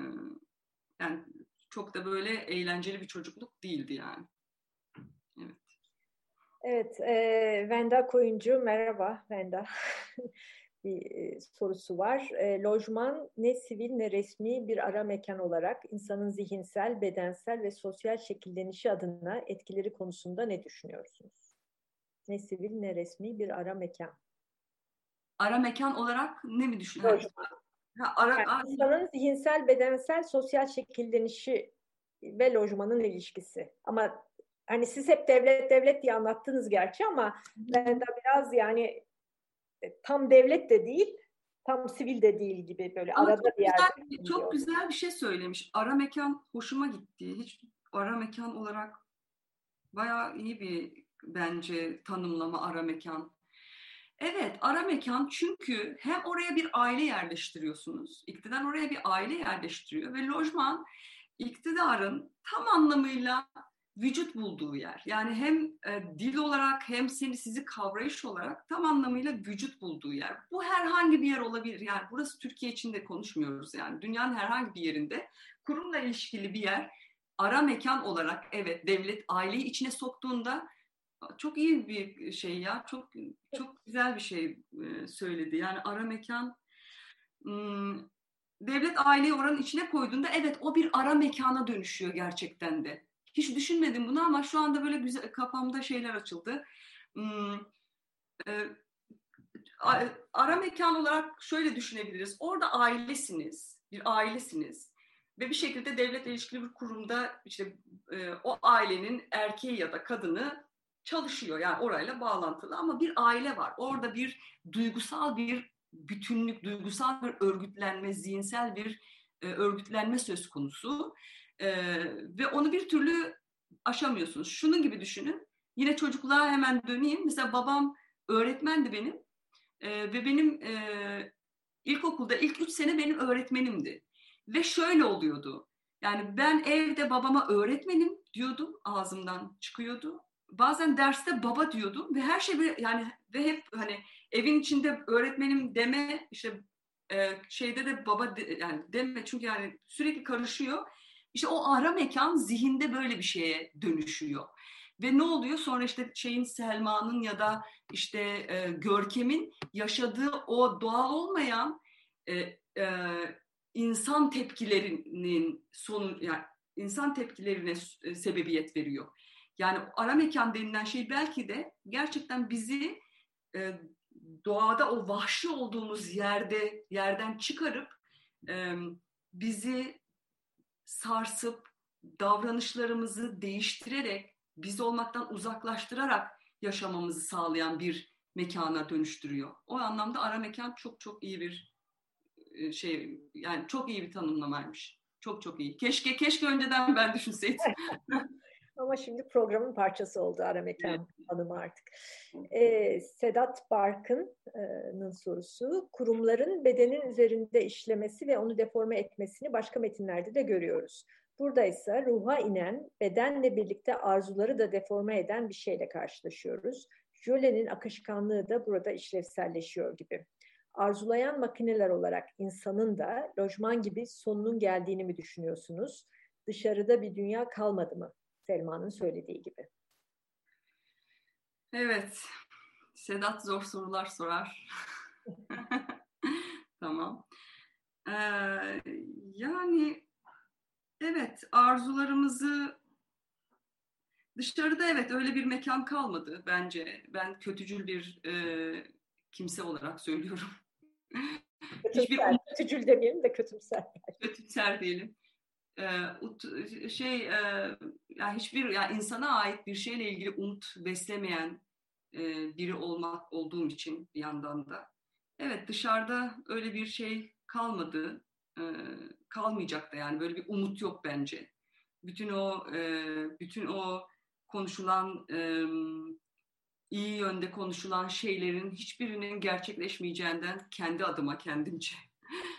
yani çok da böyle eğlenceli bir çocukluk değildi yani. Evet. Evet, e, Venda Koyuncu, merhaba Venda. Bir e, sorusu var. E, lojman ne sivil ne resmi bir ara mekan olarak insanın zihinsel, bedensel ve sosyal şekillenişi adına etkileri konusunda ne düşünüyorsunuz? Ne sivil ne resmi bir ara mekan. Ara mekan olarak ne mi düşünüyorsun? Lojman. Ha, ara, Yani a- insanın zihinsel, bedensel, sosyal şekillenişi ve lojmanın ilişkisi. Ama hani siz hep devlet devlet diye anlattınız gerçi ama ben de biraz yani e, tam devlet de değil, tam sivil de değil gibi böyle Ama arada çok bir yerde güzel, çok diyor. güzel bir şey söylemiş. Ara mekan hoşuma gitti. Hiç ara mekan olarak bayağı iyi bir bence tanımlama ara mekan. Evet, ara mekan çünkü hem oraya bir aile yerleştiriyorsunuz. İktidar oraya bir aile yerleştiriyor ve lojman iktidarın tam anlamıyla vücut bulduğu yer. Yani hem e, dil olarak hem seni sizi kavrayış olarak tam anlamıyla vücut bulduğu yer. Bu herhangi bir yer olabilir. Yani burası Türkiye için de konuşmuyoruz yani. Dünyanın herhangi bir yerinde kurumla ilişkili bir yer ara mekan olarak evet devlet aileyi içine soktuğunda çok iyi bir şey ya. Çok çok güzel bir şey e, söyledi. Yani ara mekan hmm, devlet aileyi oranın içine koyduğunda evet o bir ara mekana dönüşüyor gerçekten de. Hiç düşünmedim bunu ama şu anda böyle güzel kafamda şeyler açıldı. Hmm, e, ara mekan olarak şöyle düşünebiliriz. Orada ailesiniz, bir ailesiniz ve bir şekilde devletle ilişkili bir kurumda işte e, o ailenin erkeği ya da kadını çalışıyor. Yani orayla bağlantılı ama bir aile var. Orada bir duygusal bir bütünlük, duygusal bir örgütlenme, zihinsel bir e, örgütlenme söz konusu. E, ve onu bir türlü aşamıyorsunuz. Şunun gibi düşünün. Yine çocukluğa hemen döneyim. Mesela babam öğretmendi benim. E, ve benim e, ilkokulda ilk üç sene benim öğretmenimdi. Ve şöyle oluyordu. Yani ben evde babama öğretmenim diyordum, ağzımdan çıkıyordu. Bazen derste baba diyordum ve her şey bir yani ve hep hani evin içinde öğretmenim deme işte e, şeyde de baba de, yani deme çünkü yani sürekli karışıyor. İşte o ara mekan zihinde böyle bir şeye dönüşüyor. Ve ne oluyor? Sonra işte şeyin Selma'nın ya da işte e, Görkem'in yaşadığı o doğal olmayan e, e, insan tepkilerinin sonu yani insan tepkilerine e, sebebiyet veriyor. Yani ara mekan denilen şey belki de gerçekten bizi e, doğada o vahşi olduğumuz yerde yerden çıkarıp e, bizi sarsıp davranışlarımızı değiştirerek bizi olmaktan uzaklaştırarak yaşamamızı sağlayan bir mekana dönüştürüyor. O anlamda ara mekan çok çok iyi bir şey yani çok iyi bir tanımlamaymış. Çok çok iyi. Keşke keşke önceden ben düşünseydim. Ama şimdi programın parçası oldu ara Evet. mekan tanımı artık. Ee, Sedat Barkın'ın sorusu, kurumların bedenin üzerinde işlemesi ve onu deforme etmesini başka metinlerde de görüyoruz. Burada ise ruha inen, bedenle birlikte arzuları da deforme eden bir şeyle karşılaşıyoruz. Jölenin akışkanlığı da burada işlevselleşiyor gibi. Arzulayan makineler olarak insanın da lojman gibi sonunun geldiğini mi düşünüyorsunuz? Dışarıda bir dünya kalmadı mı? Selma'nın söylediği gibi. Evet. Sedat zor sorular sorar. Tamam. Ee, yani evet arzularımızı dışarıda evet öyle bir mekan kalmadı bence. Ben kötücül bir e, kimse olarak söylüyorum. Hiçbir Kötümser. umut Kötücül demeyelim de kötümser. kötümser değilim. Ee, şey e, yani hiçbir yani insana ait bir şeyle ilgili umut beslemeyen e, biri olmak olduğum için bir yandan da. Evet dışarıda öyle bir şey kalmadı. E, kalmayacak da yani böyle bir umut yok bence. Bütün o e, bütün o konuşulan e, iyi yönde konuşulan şeylerin hiçbirinin gerçekleşmeyeceğinden kendi adıma kendimce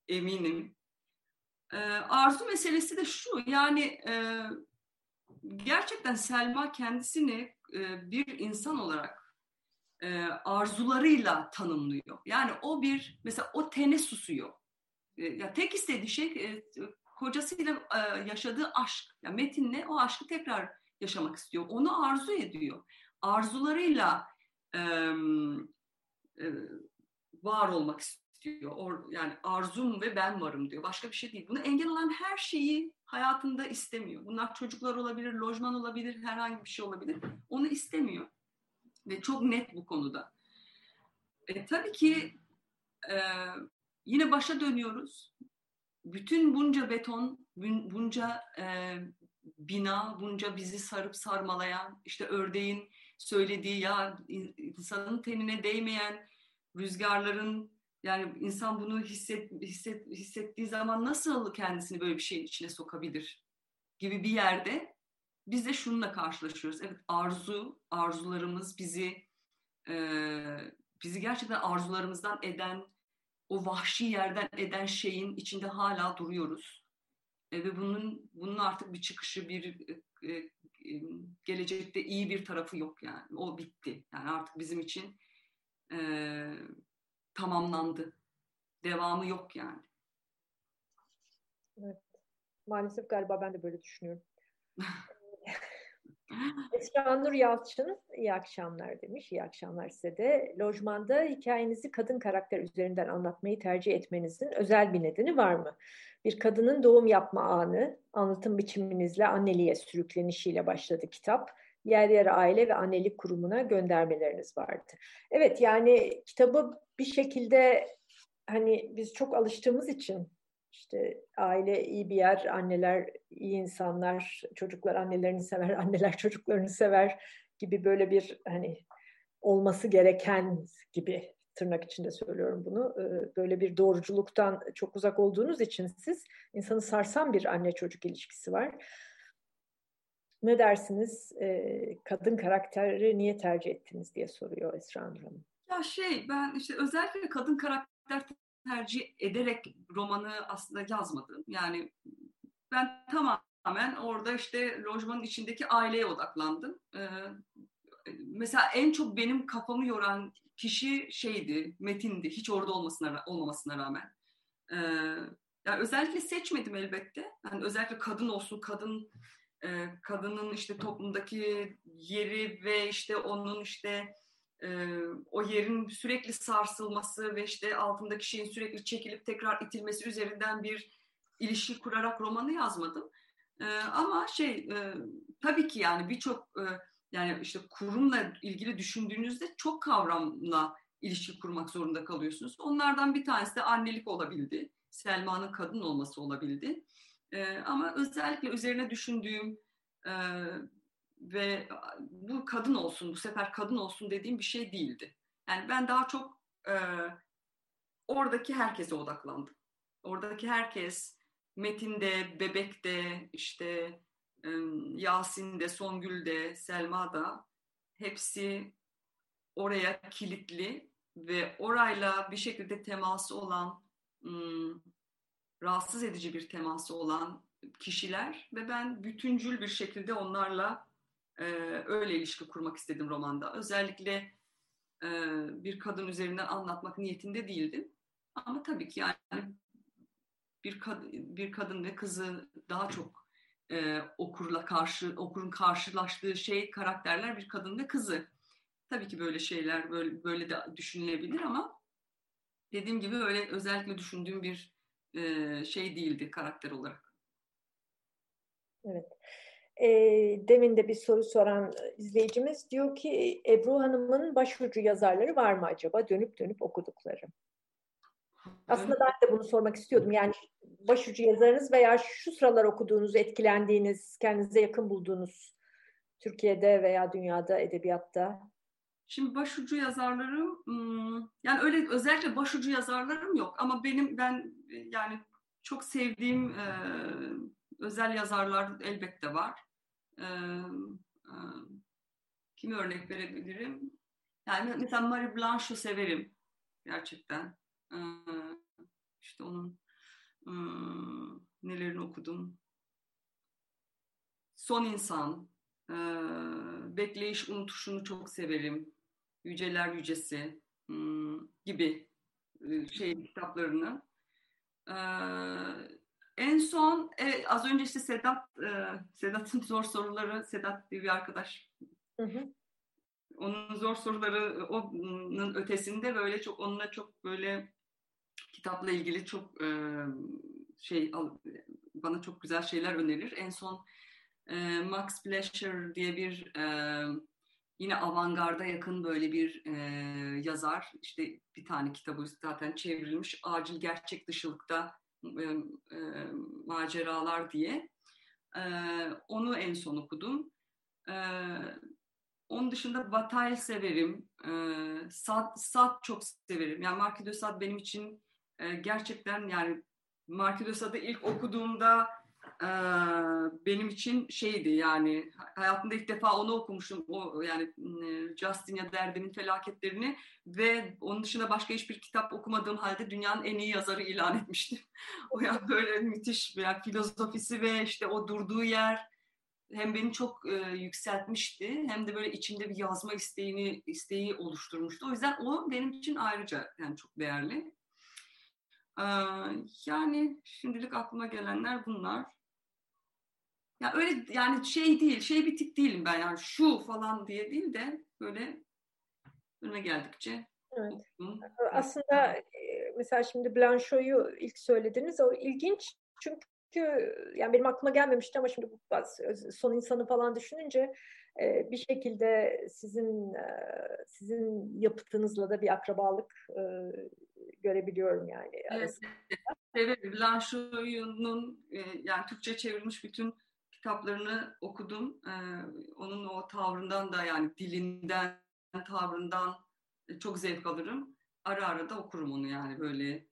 eminim. E, arzu meselesi de şu, yani e, gerçekten Selma kendisini e, bir insan olarak e, arzularıyla tanımlıyor. Yani o bir, mesela o tene susuyor. E, ya tek istediği şey e, kocasıyla e, yaşadığı aşk. Ya Metin'le o aşkı tekrar yaşamak istiyor. Onu arzu ediyor. Arzularıyla e, e, var olmak istiyor. Or, yani arzum ve ben varım diyor. Başka bir şey değil. Bunu engel olan her şeyi hayatında istemiyor. Bunlar çocuklar olabilir, lojman olabilir, herhangi bir şey olabilir. Onu istemiyor. Ve çok net bu konuda. E, tabii ki e, yine başa dönüyoruz. Bütün bunca beton, bunca e, bina, bunca bizi sarıp sarmalayan, işte ördeğin söylediği, ya insanın tenine değmeyen rüzgarların, yani insan bunu hisset, hisset, hissettiği zaman nasıl kendisini böyle bir şeyin içine sokabilir gibi bir yerde biz de şununla karşılaşıyoruz. Evet, arzu, arzularımız bizi e, bizi gerçekten arzularımızdan eden, o vahşi yerden eden şeyin içinde hala duruyoruz. E, ve bunun bunun artık bir çıkışı, bir e, e, gelecekte iyi bir tarafı yok yani. O bitti. Yani artık bizim için e, tamamlandı. Devamı yok yani. Evet. Maalesef galiba ben de böyle düşünüyorum. Esra Nur Yalçın, iyi akşamlar demiş. İyi akşamlar size de. Lojmanda hikayenizi kadın karakter üzerinden anlatmayı tercih etmenizin özel bir nedeni var mı? Bir kadının doğum yapma anı, anlatım biçiminizle anneliğe sürüklenişiyle başladı kitap. Yer yer aile ve annelik kurumuna göndermeleriniz vardı. Evet, yani kitabı bir şekilde, hani biz çok alıştığımız için, işte aile iyi bir yer, anneler iyi insanlar, çocuklar annelerini sever, anneler çocuklarını sever gibi, böyle bir hani olması gereken gibi, tırnak içinde söylüyorum bunu. Böyle bir doğruculuktan çok uzak olduğunuz için siz, insanı sarsan bir anne çocuk ilişkisi var. Ne dersiniz? Kadın karakteri niye tercih ettiniz diye soruyor Esra Nur Hanım. Ya şey, ben işte özellikle kadın karakter tercih ederek romanı aslında yazmadım. Yani ben tamamen orada işte lojmanın içindeki aileye odaklandım. Ee, mesela en çok benim kafamı yoran kişi şeydi, Metin'di. Hiç orada olmasına, olmamasına rağmen. Ee, yani özellikle seçmedim elbette. Yani özellikle kadın olsun, kadın e, kadının işte toplumdaki yeri ve işte onun işte e, o yerin sürekli sarsılması ve işte altındaki şeyin sürekli çekilip tekrar itilmesi üzerinden bir ilişki kurarak romanı yazmadım. E, ama şey e, tabii ki yani birçok e, yani işte kurumla ilgili düşündüğünüzde çok kavramla ilişki kurmak zorunda kalıyorsunuz. Onlardan bir tanesi de annelik olabildi. Selma'nın kadın olması olabildi. E, ama özellikle üzerine düşündüğüm e, ve bu kadın olsun, bu sefer kadın olsun dediğim bir şey değildi. Yani ben daha çok e, oradaki herkese odaklandım. Oradaki herkes, Metin'de, Bebek'te, işte e, Yasin'de, Songül'de, Selma'da, hepsi oraya kilitli ve orayla bir şekilde teması olan, ım, rahatsız edici bir teması olan kişiler ve ben bütüncül bir şekilde onlarla e, öyle ilişki kurmak istedim romanda. Özellikle e, bir kadın üzerinden anlatmak niyetinde değildim. Ama tabii ki yani bir, kad- bir kadın ve kızı daha çok e, okurla karşı okurun karşılaştığı şey, karakterler bir kadın ve kızı. Tabii ki böyle şeyler böyle böyle de düşünülebilir ama dediğim gibi öyle özellikle düşündüğüm bir e, şey değildi karakter olarak. Evet. E, demin de bir soru soran izleyicimiz diyor ki, Ebru Hanım'ın başucu yazarları var mı acaba, dönüp dönüp okudukları? Aslında ben de bunu sormak istiyordum. Yani başucu yazarınız veya şu sıralar okuduğunuz, etkilendiğiniz, kendinize yakın bulduğunuz, Türkiye'de veya dünyada edebiyatta. Şimdi başucu yazarlarım, yani öyle özellikle başucu yazarlarım yok ama benim ben yani çok sevdiğim e, özel yazarlar elbette var. E, e, kimi örnek verebilirim? Yani mesela Marie Blanche'u severim gerçekten. E, işte onun Hmm, nelerini okudum? Son İnsan, e, Bekleyiş Unutuşunu çok severim. Yüceler Yücesi hmm, gibi e, şey kitaplarını. E, En son e, az önce işte Sedat, e, Sedat'ın Zor Soruları, Sedat diye bir arkadaş. Hı hı. Onun zor soruları onun ötesinde böyle çok onunla çok böyle kitapla ilgili çok e, şey bana çok güzel şeyler önerir. En son e, Max Fleischer diye bir e, yine avantgarda yakın böyle bir e, yazar. İşte bir tane kitabı zaten çevrilmiş. Acil Gerçek Dışılıkta e, e, Maceralar diye. E, Onu en son okudum. E, Onun dışında Bataille severim. E, Sade, Sade çok severim. Yani Marquis de Sade benim için e, gerçekten yani Marquis de Sade'ı ilk okuduğumda e, benim için şeydi yani hayatımda ilk defa onu okumuşum. O yani e, Justinia Derby'nin felaketlerini ve onun dışında başka hiçbir kitap okumadığım halde dünyanın en iyi yazarı ilan etmiştim. O yani böyle müthiş yani filozofisi ve işte o durduğu yer hem beni çok e, yükseltmişti hem de böyle içimde bir yazma isteğini isteği oluşturmuştu. O yüzden o benim için ayrıca yani çok değerli. Ee, Yani şimdilik aklıma gelenler bunlar. Ya öyle yani şey değil, şey bir tip değilim ben yani şu falan diye değil de böyle önüme geldikçe Evet. okudum. Aslında e, mesela şimdi Blancho'yu ilk söylediniz. O ilginç çünkü yani benim aklıma gelmemişti ama şimdi bu Son İnsanı falan düşününce e, bir şekilde sizin e, sizin yapıtınızla da bir akrabalık e, görebiliyorum yani Evet, arasında. severim. Blancho'nun e, yani Türkçe çevrilmiş bütün kitaplarını okudum. E, onun o tavrından da yani dilinden, tavrından e, çok zevk alırım. Ara ara da okurum onu yani böyle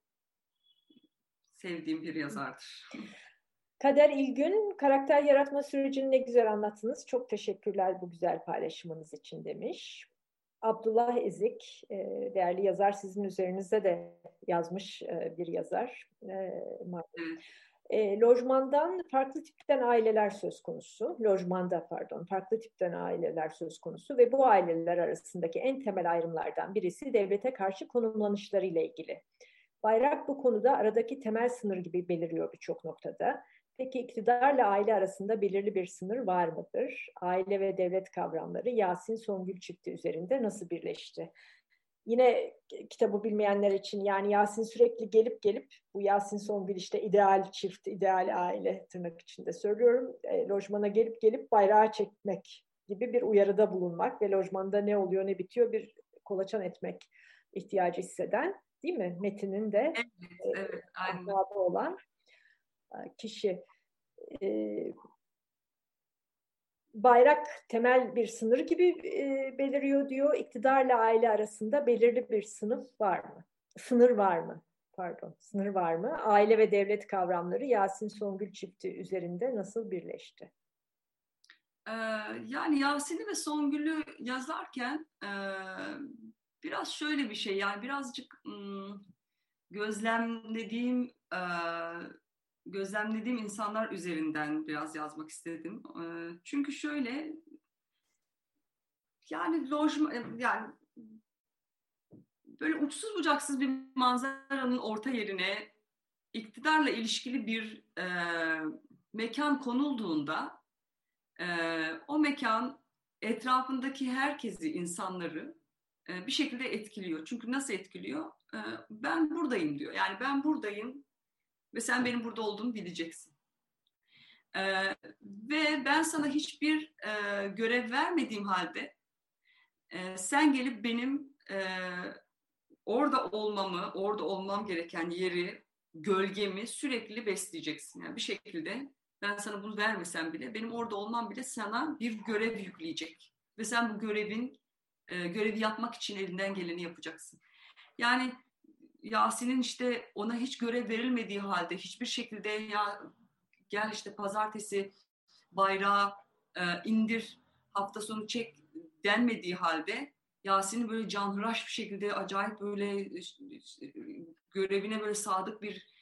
sevdiğim bir yazardır. Kader İlgün, karakter yaratma sürecini ne güzel anlattınız. Çok teşekkürler bu güzel paylaşımınız için demiş. Abdullah Ezik, e, değerli yazar, sizin üzerinize de yazmış e, bir yazar. E, Evet. e, lojmandan farklı tipten aileler söz konusu. Lojmanda pardon, farklı tipten aileler söz konusu ve bu aileler arasındaki en temel ayrımlardan birisi devlete karşı konumlanışlarıyla ilgili. Bayrak bu konuda aradaki temel sınır gibi beliriyor birçok noktada. Peki iktidarla aile arasında belirli bir sınır var mıdır? Aile ve devlet kavramları Yasin Songül çifti üzerinde nasıl birleşti? Yine kitabı bilmeyenler için yani Yasin sürekli gelip gelip bu Yasin Songül işte ideal çift, ideal aile tırnak içinde söylüyorum. E, lojmana gelip gelip bayrağı çekmek gibi bir uyarıda bulunmak ve lojmanda ne oluyor ne bitiyor bir kolaçan etmek ihtiyacı hisseden değil mi? Metin'in de Evet, e, evet, aynen. ahbabı olan e, kişi. E, Bayrak temel bir sınır gibi e, beliriyor diyor. İktidarla aile arasında belirli bir sınıf var mı? Sınır var mı? Pardon, sınır var mı? Aile ve devlet kavramları Yasin Songül çifti üzerinde nasıl birleşti? Ee, Yani Yasin'i ve Songül'ü yazarken e, biraz şöyle bir şey yani birazcık ım, gözlemlediğim e, gözlemlediğim insanlar üzerinden biraz yazmak istedim. E, çünkü şöyle yani lojma yani böyle uçsuz bucaksız bir manzaranın orta yerine iktidarla ilişkili bir e, mekan konulduğunda e, o mekan etrafındaki herkesi, insanları e, bir şekilde etkiliyor. Çünkü nasıl etkiliyor? E, ben buradayım diyor. Yani ben buradayım ve sen benim burada olduğumu bileceksin. E, Ve ben sana hiçbir e, görev vermediğim halde e, sen gelip benim e, orada olmamı, orada olmam gereken yeri, gölgemi sürekli besleyeceksin. Yani bir şekilde ben sana bunu vermesem bile benim orada olmam bile sana bir görev yükleyecek. Ve sen bu görevin e, görevi yapmak için elinden geleni yapacaksın. Yani Yasin'in işte ona hiç görev verilmediği halde hiçbir şekilde ya gel işte pazartesi bayrağı e, indir hafta sonu çek denmediği halde Yasin'i böyle canhıraş bir şekilde acayip böyle görevine böyle sadık bir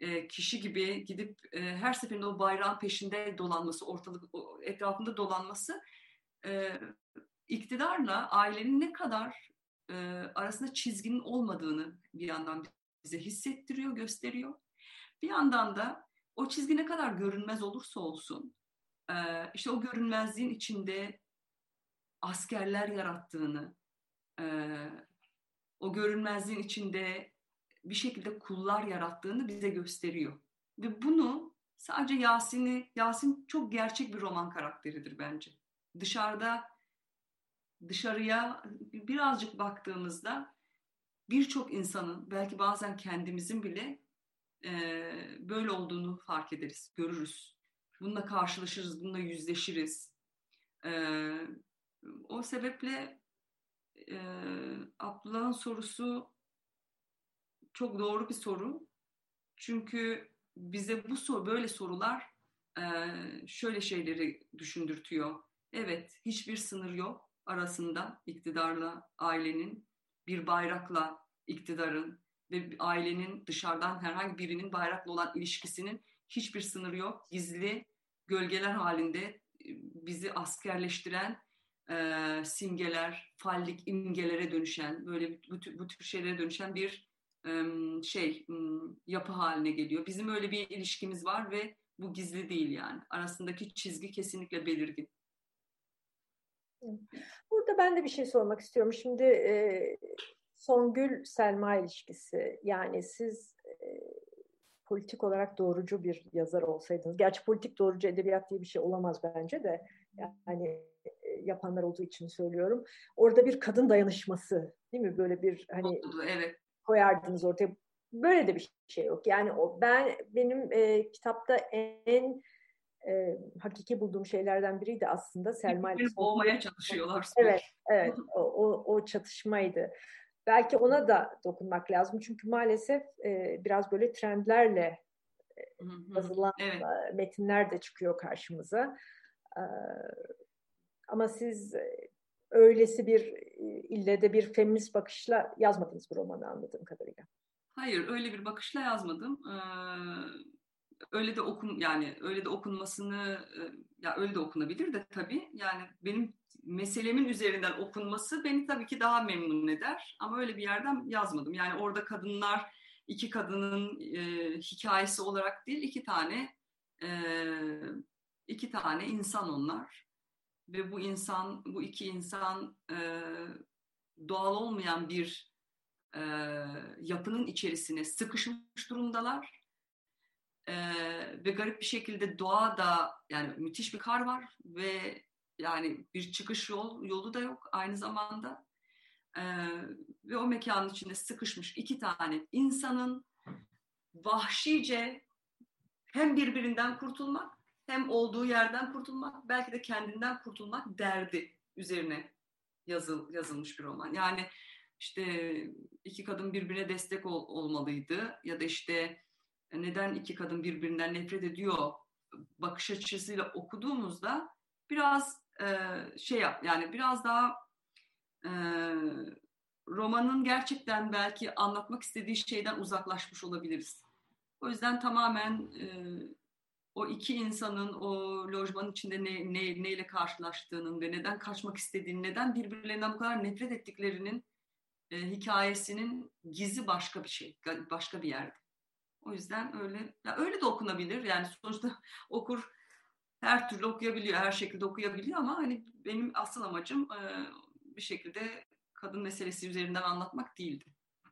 e, kişi gibi gidip e, her seferinde o bayrağın peşinde dolanması, ortalık etrafında dolanması e, iktidarla ailenin ne kadar e, arasında çizginin olmadığını bir yandan bize hissettiriyor, gösteriyor. Bir yandan da o çizgi ne kadar görünmez olursa olsun, e, işte o görünmezliğin içinde askerler yarattığını, e, o görünmezliğin içinde bir şekilde kullar yarattığını bize gösteriyor. Ve bunu sadece Yasin'i, Yasin çok gerçek bir roman karakteridir bence. Dışarıda, dışarıya birazcık baktığımızda birçok insanın, belki bazen kendimizin bile e, böyle olduğunu fark ederiz, görürüz. Bununla karşılaşırız, bununla yüzleşiriz. E, o sebeple e, Abdullah'ın sorusu çok doğru bir soru. Çünkü bize bu soru, böyle sorular e, şöyle şeyleri düşündürtüyor. Evet, hiçbir sınır yok arasında iktidarla ailenin, bir bayrakla iktidarın ve ailenin dışarıdan herhangi birinin bayrakla olan ilişkisinin hiçbir sınırı yok. Gizli gölgeler halinde bizi askerleştiren e, simgeler, fallik imgelere dönüşen, böyle bu tür, bu tür şeylere dönüşen bir şey yapı haline geliyor. Bizim öyle bir ilişkimiz var ve bu gizli değil yani. Arasındaki çizgi kesinlikle belirgin. Burada ben de bir şey sormak istiyorum. Şimdi e, Songül-Selma ilişkisi, yani siz e, politik olarak doğrucu bir yazar olsaydınız, gerçi politik doğrucu edebiyat diye bir şey olamaz bence de, yani e, yapanlar olduğu için söylüyorum. Orada bir kadın dayanışması, değil mi? Böyle bir hani Oldu, evet. koyardınız ortaya. Böyle de bir şey yok. Yani o ben benim e, kitapta en e, hakiki bulduğum şeylerden biriydi aslında Selma ile Birbirini boğmaya çalışıyorlar sürekli. Evet, evet. O, o, o çatışmaydı. Belki ona da dokunmak lazım. Çünkü maalesef e, biraz böyle trendlerle Hı hı. yazılan Evet. e, metinler de çıkıyor karşımıza. E, ama siz e, öylesi bir e, ille de bir feminist bakışla yazmadınız bu romanı anladığım kadarıyla. Hayır, öyle bir bakışla yazmadım. Ee, öyle de okun yani öyle de okunmasını e, ya öyle de okunabilir de tabii. Yani benim meselemin üzerinden okunması beni tabii ki daha memnun eder. Ama öyle bir yerden yazmadım. Yani orada kadınlar iki kadının e, hikayesi olarak değil, iki tane e, iki tane insan onlar. Ve bu insan, bu iki insan e, doğal olmayan bir e, yapının içerisine sıkışmış durumdalar. E, ve garip bir şekilde doğada yani müthiş bir kar var ve yani bir çıkış yol yolu da yok aynı zamanda. E, ve o mekanın içinde sıkışmış iki tane insanın vahşice hem birbirinden kurtulmak hem olduğu yerden kurtulmak belki de kendinden kurtulmak derdi üzerine yazıl, yazılmış bir roman. Yani işte iki kadın birbirine destek ol, olmalıydı ya da işte neden iki kadın birbirinden nefret ediyor bakış açısıyla okuduğumuzda biraz e, şey yap yani biraz daha e, romanın gerçekten belki anlatmak istediği şeyden uzaklaşmış olabiliriz. O yüzden tamamen e, o iki insanın o lojmanın içinde ne, ne, neyle karşılaştığının ve neden kaçmak istediğini, neden birbirlerinden bu kadar nefret ettiklerinin e, hikayesinin gizi başka bir şey, başka bir yerde. O yüzden öyle, ya öyle de okunabilir. Yani sonuçta okur her türlü okuyabiliyor, her şekilde okuyabiliyor ama hani benim asıl amacım e, bir şekilde kadın meselesi üzerinden anlatmak değildi.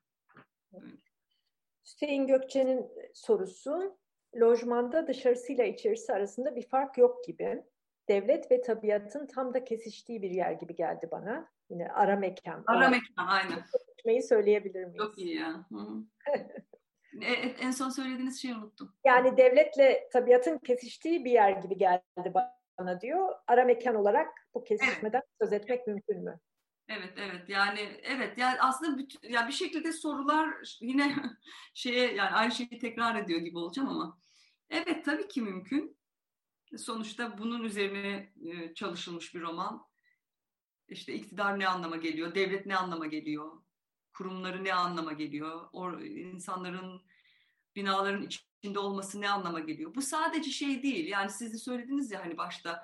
Hüseyin Gökçe'nin sorusu, lojmanda dışarısıyla içerisi arasında bir fark yok gibi. Devlet ve tabiatın tam da kesiştiği bir yer gibi geldi bana. Yine ara mekan Ara olarak. mekan, aynen. Kesişmeyi söyleyebilir Çok miyiz? iyi ya. Hı. e, en son söylediğiniz şeyi unuttum. Yani devletle tabiatın kesiştiği bir yer gibi geldi bana diyor. Ara mekan olarak bu Evet. kesişmeden söz etmek mümkün mü? Evet, evet. Yani evet, yani aslında bütün, ya bir şekilde sorular yine şeye yani aynı şeyi tekrar ediyor gibi olacağım ama evet tabii ki mümkün. Sonuçta bunun üzerine e, çalışılmış bir roman. İşte iktidar ne anlama geliyor, devlet ne anlama geliyor, kurumları ne anlama geliyor, o insanların binaların içinde olması ne anlama geliyor? Bu sadece şey değil. Yani siz de söylediniz ya hani başta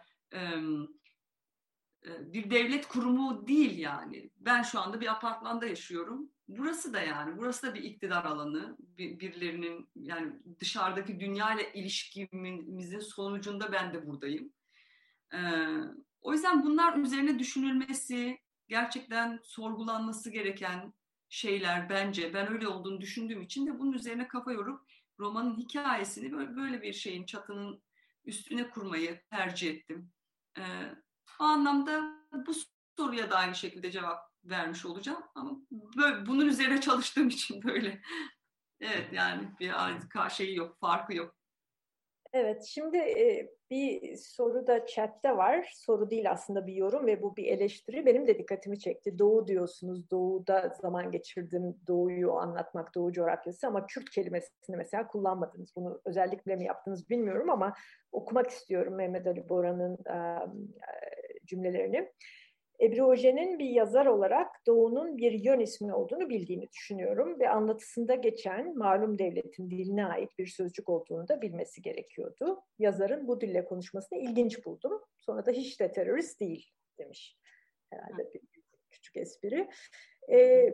bir devlet kurumu değil yani. Ben şu anda bir apartmanda yaşıyorum. Burası da yani, burası da bir iktidar alanı. Bir, birilerinin yani dışarıdaki dünya ile ilişkimizin sonucunda ben de buradayım. Ee, o yüzden bunlar üzerine düşünülmesi, gerçekten sorgulanması gereken şeyler bence. Ben öyle olduğunu düşündüğüm için de bunun üzerine kafa yorup romanın hikayesini böyle, böyle bir şeyin çatının üstüne kurmayı tercih ettim. Ee, o anlamda bu soruya da aynı şekilde cevap vermiş olacağım. Ama böyle, bunun üzerine çalıştığım için böyle. Evet yani bir şeyi yok, farkı yok. Evet, şimdi e, bir soru da chatte var. Soru değil aslında bir yorum ve bu bir eleştiri. Benim de dikkatimi çekti. Doğu diyorsunuz, Doğu'da zaman geçirdim, Doğu'yu anlatmak, Doğu coğrafyası ama Kürt kelimesini mesela kullanmadınız. Bunu özellikle mi yaptınız bilmiyorum ama okumak istiyorum Mehmet Ali Boran'ın e, cümlelerini. Ebru Ojen'in bir yazar olarak Doğu'nun bir yön ismi olduğunu bildiğini düşünüyorum ve anlatısında geçen malum devletin diline ait bir sözcük olduğunu da bilmesi gerekiyordu. Yazarın bu dille konuşmasını ilginç buldum. Sonra da hiç de terörist değil demiş. Herhalde bir küçük espri. Ee,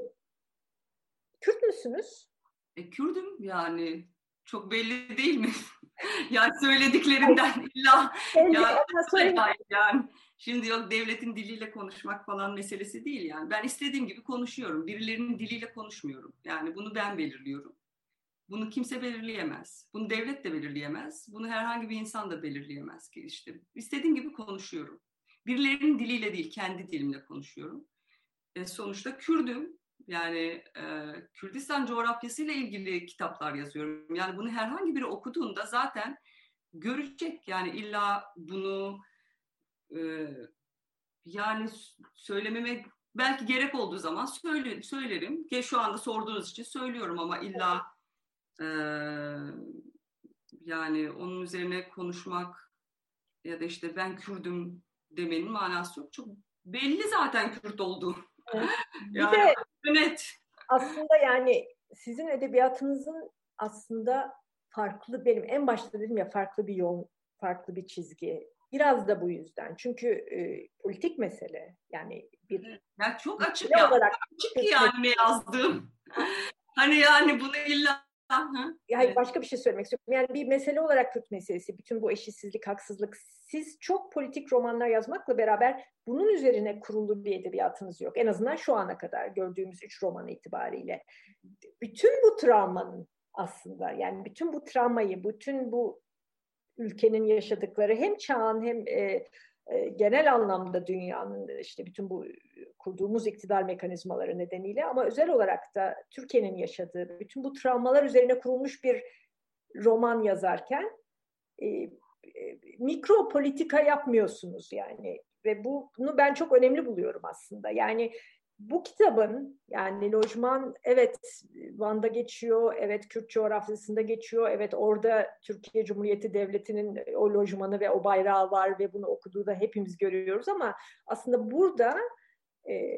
Kürt müsünüz? E, Kürdüm yani. Çok belli değil mi? Yani söylediklerinden illa yani, yani şimdi yok devletin diliyle konuşmak falan meselesi değil yani. Ben istediğim gibi konuşuyorum. Birilerinin diliyle konuşmuyorum. Yani bunu ben belirliyorum. Bunu kimse belirleyemez. Bunu devlet de belirleyemez. Bunu herhangi bir insan da belirleyemez ki işte. İstediğim gibi konuşuyorum. Birilerinin diliyle değil, kendi dilimle konuşuyorum. E, sonuçta Kürdüm. Yani e, Kürdistan coğrafyasıyla ilgili kitaplar yazıyorum. Yani bunu herhangi biri okuduğunda zaten görecek. Yani illa bunu e, yani söylememe belki gerek olduğu zaman söyle, söylerim. Ki şu anda sorduğunuz için söylüyorum ama illa e, yani onun üzerine konuşmak ya da işte ben Kürdüm demenin manası yok. Çok belli zaten Kürt olduğu. Evet. Bir yani de net. aslında yani sizin edebiyatınızın aslında farklı, benim en başta dedim ya farklı bir yol, farklı bir çizgi. Biraz da bu yüzden. Çünkü e, politik mesele yani bir ya çok açık ya. olarak açık yani ne yazdığım. hani yani bunu illa yani evet. Başka bir şey söylemek istiyorum. Yani bir mesele olarak Kürt meselesi, bütün bu eşitsizlik, haksızlık. Siz çok politik romanlar yazmakla beraber bunun üzerine kurulu bir edebiyatınız yok. En azından şu ana kadar gördüğümüz üç roman itibariyle. Bütün bu travmanın aslında yani bütün bu travmayı, bütün bu ülkenin yaşadıkları hem çağın hem e, e, genel anlamda dünyanın işte bütün bu kurduğumuz iktidar mekanizmaları nedeniyle ama özel olarak da Türkiye'nin yaşadığı bütün bu travmalar üzerine kurulmuş bir roman yazarken e, e, mikro politika yapmıyorsunuz yani ve bu, bunu ben çok önemli buluyorum aslında. Yani bu kitabın yani Lojman evet Van'da geçiyor, evet Kürt coğrafyasında geçiyor, evet orada Türkiye Cumhuriyeti Devleti'nin o lojmanı ve o bayrağı var ve bunu okuduğu da hepimiz görüyoruz ama aslında burada e,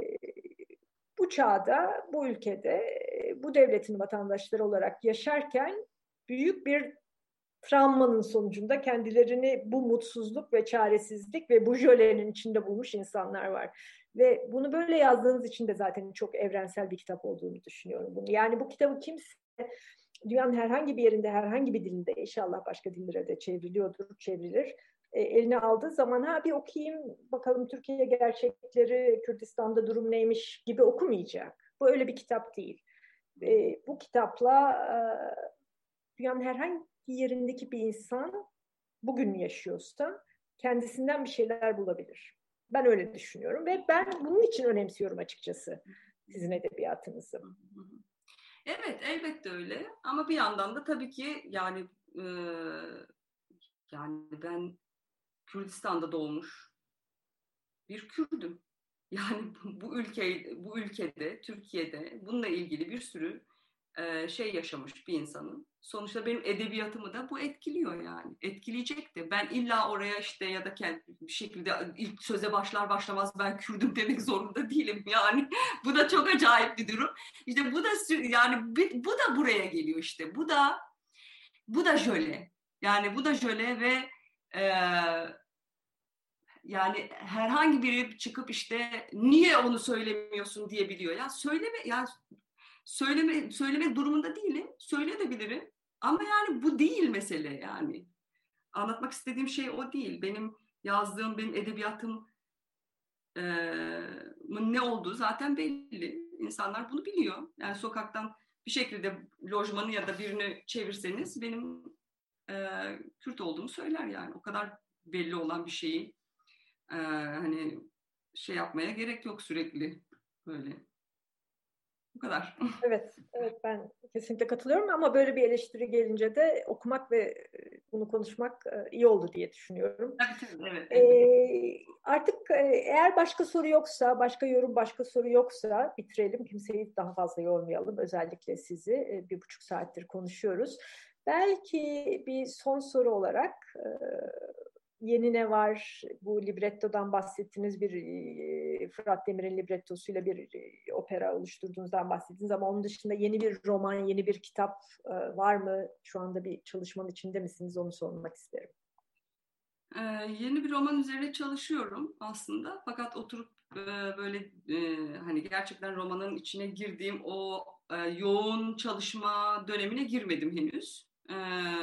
bu çağda, bu ülkede bu devletin vatandaşları olarak yaşarken büyük bir travmanın sonucunda kendilerini bu mutsuzluk ve çaresizlik ve bu jölenin içinde bulmuş insanlar var. Ve bunu böyle yazdığınız için de zaten çok evrensel bir kitap olduğunu düşünüyorum bunu. Yani bu kitabı kimse dünyanın herhangi bir yerinde, herhangi bir dilinde inşallah başka dillere de çevriliyordur, çevrilir. E, eline aldığı zaman ha bir okuyayım bakalım Türkiye gerçekleri, Kürdistan'da durum neymiş gibi okumayacak. Bu öyle bir kitap değil. E, bu kitapla e, dünyanın herhangi yerindeki bir insan bugün yaşıyorsa kendisinden bir şeyler bulabilir. Ben öyle düşünüyorum ve ben bunun için önemsiyorum açıkçası sizin edebiyatınızı. Evet, elbette öyle. Ama bir yandan da tabii ki yani e, yani ben Kürdistan'da doğmuş bir Kürdüm. Yani bu, bu ülke bu ülkede, Türkiye'de bununla ilgili bir sürü e, şey yaşamış bir insanın. Sonuçta benim edebiyatımı da bu etkiliyor yani. Etkileyecek de. Ben illa oraya işte ya da kendi bir şekilde ilk söze başlar başlamaz ben Kürdüm demek zorunda değilim yani. Bu da çok acayip bir durum. İşte bu da yani bu da buraya geliyor işte. Bu da bu da jöle. Yani bu da jöle ve e, yani herhangi biri çıkıp işte niye onu söylemiyorsun diyebiliyor. Ya söyleme, yani söyleme söyleme durumunda değilim. Söyleyebilirim. Ama yani bu değil mesele yani. Anlatmak istediğim şey o değil. Benim yazdığım, benim edebiyatım e, ne olduğu zaten belli. İnsanlar bunu biliyor. Yani sokaktan bir şekilde lojmanı ya da birini çevirseniz benim e, Kürt olduğumu söyler yani. O kadar belli olan bir şeyi e, hani şey yapmaya gerek yok sürekli böyle. Bu kadar. Evet, evet ben kesinlikle katılıyorum ama böyle bir eleştiri gelince de okumak ve e, bunu konuşmak e, iyi oldu diye düşünüyorum. Tabii tabii, evet, elbette. Ee, artık e, eğer başka soru yoksa, başka yorum, başka soru yoksa bitirelim. Kimseyi daha fazla yormayalım. Özellikle sizi e, bir buçuk saattir konuşuyoruz. Belki bir son soru olarak e, yeni ne var? Bu librettodan bahsettiniz. Bir e, Fırat Demir'in librettosuyla bir e, opera oluşturduğunuzdan bahsettiniz ama onun dışında yeni bir roman, yeni bir kitap e, var mı? Şu anda bir çalışmanın içinde misiniz? Onu sormak isterim. Ee, yeni bir roman üzerine çalışıyorum aslında. Fakat oturup e, böyle e, hani gerçekten romanın içine girdiğim o e, yoğun çalışma dönemine girmedim henüz. E,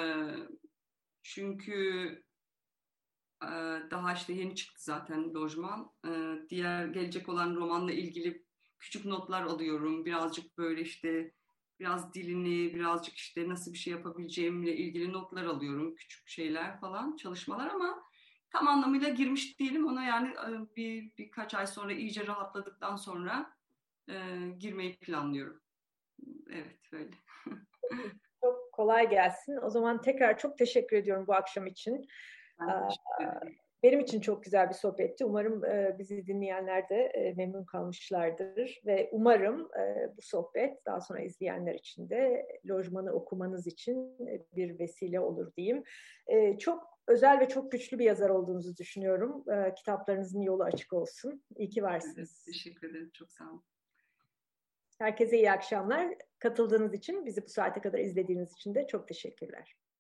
çünkü e, daha işte yeni çıktı zaten lojman. E, diğer gelecek olan romanla ilgili küçük notlar alıyorum. Birazcık böyle işte biraz dilini, birazcık işte nasıl bir şey yapabileceğimle ilgili notlar alıyorum. Küçük şeyler falan, çalışmalar ama tam anlamıyla girmiş değilim ona yani e, bir birkaç ay sonra iyice rahatladıktan sonra e, girmeyi planlıyorum. Evet, öyle. Çok kolay gelsin. O zaman tekrar çok teşekkür ediyorum bu akşam için. Ben teşekkür ederim. Benim için çok güzel bir sohbetti. Umarım bizi dinleyenler de memnun kalmışlardır. Ve umarım bu sohbet daha sonra izleyenler için de lojmanı okumanız için bir vesile olur diyeyim. Çok özel ve çok güçlü bir yazar olduğunuzu düşünüyorum. Kitaplarınızın yolu açık olsun. İyi ki Evet, varsınız. teşekkür ederim. Çok sağ olun. Herkese iyi akşamlar. Katıldığınız için, bizi bu saate kadar izlediğiniz için de çok teşekkürler.